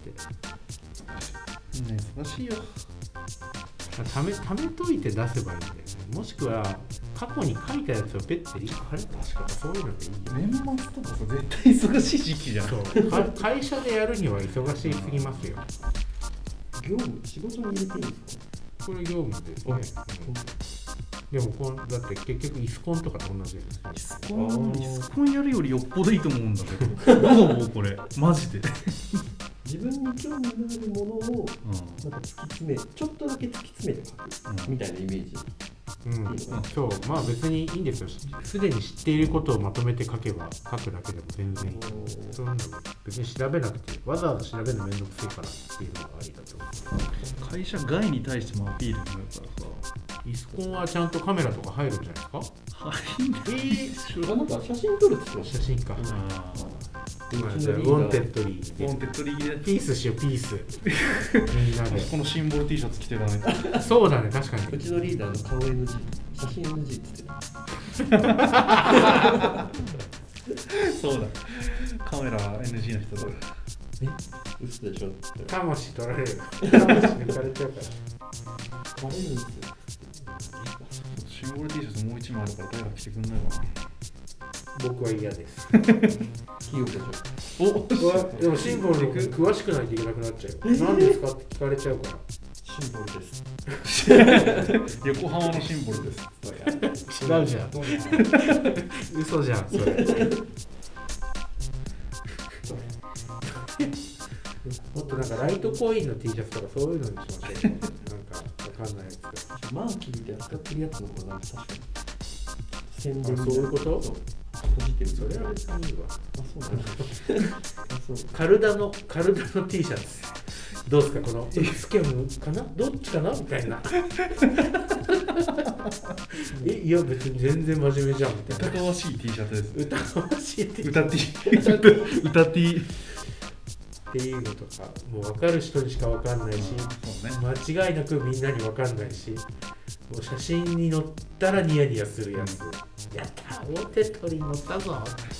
ね、忙しいよ。 ため、ためといて出せばいいんだよね。もしくは過去に書いたやつをペッてリンク貼れば確かそういうのでいいよ。 年末とかさ、絶対忙しい時期じゃん。 そうか会社でやるには忙しすぎますよ。 業務、仕事に入れていいんですか？ これ業務ですね。うん、でもこんだって結局イスコンとかと同じですよ。 イスコン、イスコンやるよりよっぽどいいと思うんだけど。どう思うこれ、マジで。 自分に興味のあるものをなんか突き詰め、ちょっとだけ突き詰めて書くみたいなイメージ。 うん、うん、そうまあ別にいいんですよ。すでに知っていることをまとめて書けば書くだけでも全然いい。そういうの別に調べなくてわざわざ調べるのめんどくさいからっていうのがありだと思う。 会社外に対してもアピールになるからさ。 イスコンはちゃんとカメラとか入るんじゃないですか？ 入んない。 えー、 なんか写真撮るって言ってました。 写真か。 あウォンテッドリーウォンテッドリーでピースしよう、ピース。みんなでこのシンボル T シャツ着てらないと。 そうだね、確かに。 うちのリーダーの顔 エヌジー写真 エヌジー って言ってたそうだ、カメラ エヌジー の人だ。 え嘘でしょ。 魂取られる魂抜かれちゃうからバレるんですよ。 シンボル T シャツもう一枚あるから誰か着てくんないかな。 僕は嫌ですキヨでしょ。 おでもシンボルに詳しくないといけなくなっちゃうよ、えー、何ですかって聞かれちゃうからシンボルです横浜のシンボルです。 違うじゃん嘘じゃんそれもっとなんかライトコインの T シャツとかそういうのにしましょうなんかわかんないやつマーキーで扱ってるやつの方が確かに宣伝。 あ、そういうこと？ ポジティブ。 それは別にいいわ。 あ、そうなんだあ、そう。 カルダのカルダの T シャツどうですかこのスケムかなどっちかなみたいなえいや別に全然真面目じゃんみたいな。 歌かわしい T シャツです。 歌かわしい T シャツ歌 T 歌 T っていうのとかもう分かる人にしか分かんないし、 そうね、 間違いなくみんなに分かんないし、もう写真に載ったらニヤニヤするやつ、やったー大手取りに載ったぞ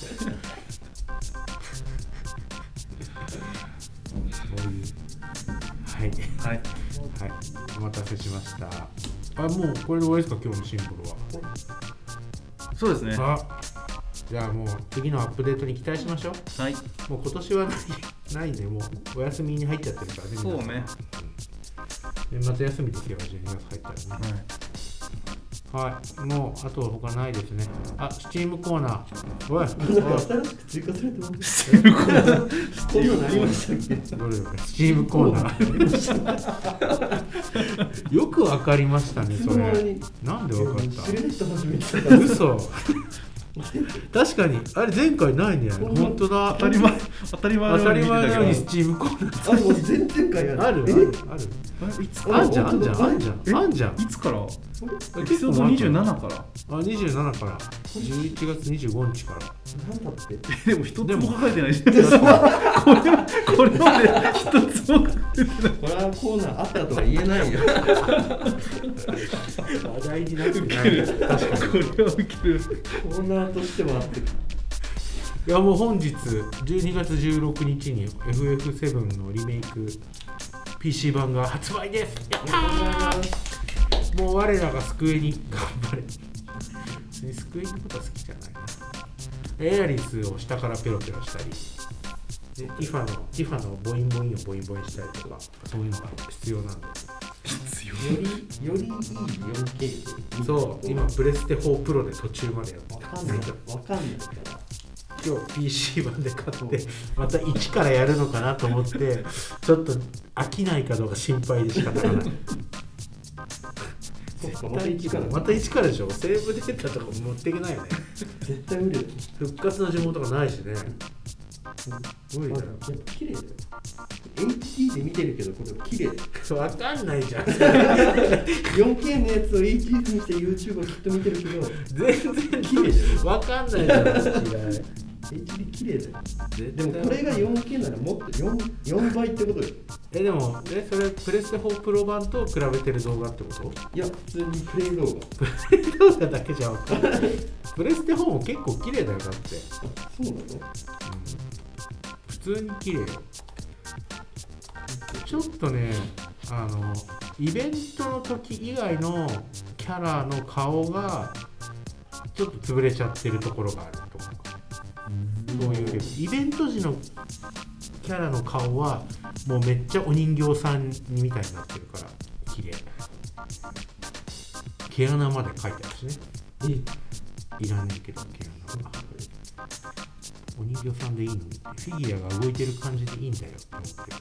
そういうはいはい、はい、 お待たせしました。あ、もうこれで終わりですか今日のシンボルは。 そうですね。 あ、じゃあもう次のアップデートに期待しましょう。はい。もう今年はないないんで、もうお休みに入っちゃってるからね。 そうね。 年末休みですよ、じゅうにがつ入ったらね。はい。はい、もうあと他ないですね。あ、スチームコーナー。おい。 新しく追加されてます。スチームコーナー。こんなのありましたっけ？ どれどれ。スチームコーナー。よくわかりましたね、それ。なんでわかった？ シュレット始めてたから。 嘘。確かにあれ前回ないね。本当だ。 当たり前当たり前当たり前のようにスチームコーナー。 あれもう全然回ある。 あるあるある。いつあんじゃんあんじゃんあんじゃんあんじゃん。 いつから？エピソードにじゅうななから。 あ、にじゅうななからじゅういちがつにじゅうごにちから。 なんだって。 でも一つも書いてないし。これこれまで一つも書いてない。 これはコーナーあったとは言えないよ。 話題になってない。確かにこれはウケる。 コーナーとしてはあってる。 いやもう本日じゅうにがつじゅうろくにちに エフエフセブン のリメイク ピーシー 版が発売です。やったー。もう我らがスクエニ頑張れ。スクエニのことは好きじゃないな。エアリスを下からペロペロしたり、でティファのティファのボインボインをボインボインしたりとか、そういうのが必要なんで。 必要。よりよりいい よんケー で。 そう今プレステフォープロで途中までやって。 わかんないわかんないから。 今日 ピーシー 版で買ってまた一からやるのかなと思ってちょっと飽きないかどうか心配で仕方がない。 また一からまた一からでしょ。セーブデータとか持っていけないよね。 絶対無理だよ。 復活の呪文とかないしね。無理だよ。 やっぱ綺麗だよ。エイチディー で見てるけどこれ綺麗だよ。 わかんないじゃん。 よんケー のやつを エイチディー にして YouTube をきっと見てるけど全然綺麗だよ。 わかんないじゃん。違い。 エイチディー 綺麗だよ。でもこれが よんケー ならもっと 4, よんばいってことよ。 えでもえそれプレステフォープロ版と比べてる動画ってこと？ いや普通にプレイ動画。 プレイ動画だけじゃわかんない。プレステフォーも結構綺麗だよだって。 そうなの？うん、 普通に綺麗よ。ちょっとねあのイベントの時以外のキャラの顔がちょっと潰れちゃってるところがあるとか。そういうイベント時のキャラの顔はもうめっちゃお人形さんみたいになってるから綺麗。毛穴まで描いてあるしね。えいらねえけど毛穴はお人形さんでいいのにフィギュアが動いてる感じでいいんだよって思ってる。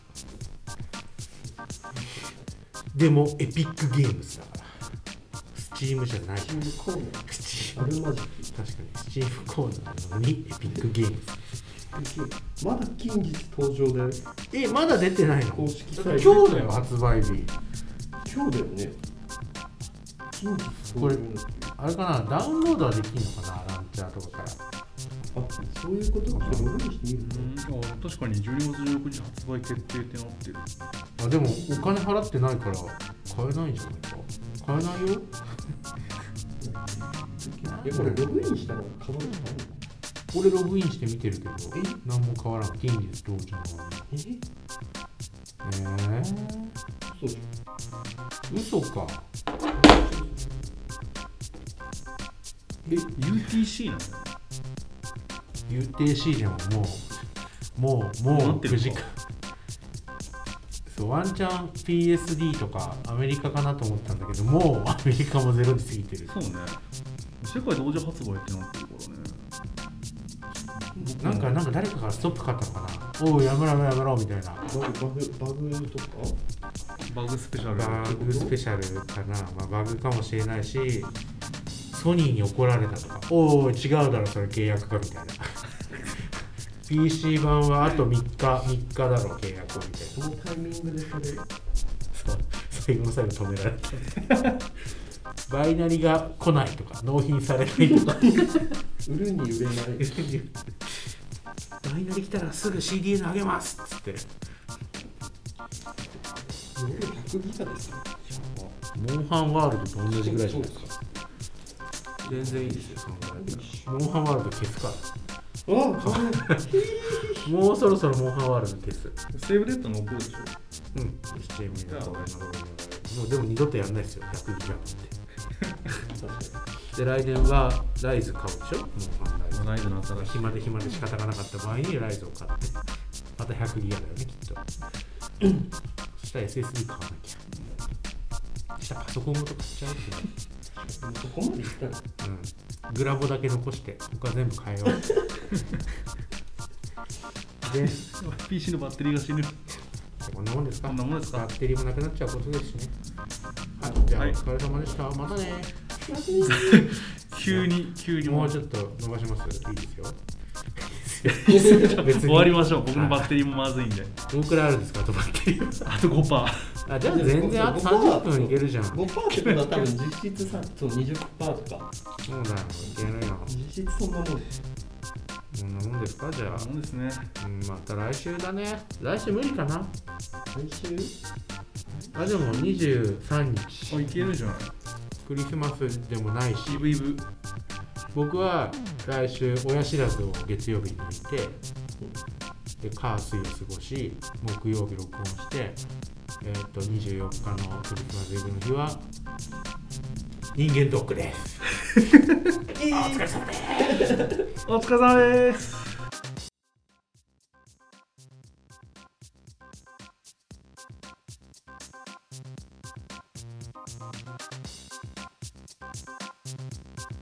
でもエピックゲームズだからスチームじゃない。 スチームコーナー。 スチームあるまじ確かにスチームコーナーなのにエピックゲームズ。 まだ近日登場だよ。 えまだ出てないの？ 公式サイト今日だよ発売日。 今日だよね。近日これあれかなダウンロードはできるのかなランチャーとかから。 あそういうことか。ログインしてみるの？あ確かにじゅうにがつじゅうろくにち発売決定ってなってる。 あでもお金払ってないから買えないんじゃないか。買えないよ。 えこれログインしたら変わるとかあるの？ 俺ログインして見てるけどえ何も変わらん。近日同時のええー、 そうじ嘘か。 え ユーティーシー なの？ ユーティーシー でももうもうもうくじか。そうワンチャン ピーエスディー とかアメリカかなと思ったんだけど、もうアメリカもゼロで過ぎてる。 そうね。世界同時発売ってなってるからね。 なんかなんか誰かからストップかかったのかな。おうやめろやめろやめろみたいな。 ゃん。バグバグバグとか？ バグスペシャル。 バグスペシャルかな、まあ、バグかもしれないし、ソニーに怒られたとか、おお違うだろそれ契約かみたいな。ピーシー 版はあとみっかみっかだろ契約をみたいな。 そのタイミングでそれそう最後の最後止められた。バイナリが来ないとか納品されないとか。 売るに売れない。 バイナリ来たらすぐ シーディー 投げますっつって。 ひゃくギガですか？ モンハンワールドと同じぐらいじゃないですか。全然いいですよそのぐらいだったら。モンハンワールド消すから。 あもうそろそろモンハンワールド消す。 セーブデータ残るでしょ。 うん。スチームになったもうでも二度とやんないですよ。ひゃくギガなんて。で来年はライズ買うでしょ。モンハンライズ。 ライズの新しい。 暇で暇で仕方がなかった場合にライズを買ってまたひゃくギガだよねきっと。そしたら エスエスディー 買わなきゃ。そしたらパソコンごと買っちゃうってそこまでいったらうんグラボだけ残して他全部変えよう。でピーシー のバッテリーが死ぬ。 こんなもんですか。 こんなもんですか。 バッテリーもなくなっちゃうことですしね。はい、じゃあ、 はいお疲れ様でした。またね。 急に急にもうちょっと伸ばします。いいですよ。 別に終わりましょう。僕のバッテリーもまずいんで。 どのくらいあるんですか、あとバッテリー。 あと ごパーセント。 あ、じゃあ全然あとさんじゅっぷんいけるじゃん。 ごパーセント だったら多分実質さそう にじゅっパーセント とかそうだよ、いけないな。 実質そんなもんこんなもんですか、じゃあ。 そうですね。 うん、また来週だね。来週無理かな。 来週あ、でもにじゅうさんにち。 あ、いけるじゃん。 クリスマスでもないし。 イブイブ。 僕は来週親知らずを月曜日に抜いて、で火水を過ごし木曜日録音して、えー、とにじゅうよっかのクリスマスイブの日は人間ドックです。お疲れ様です。 お疲れ様です。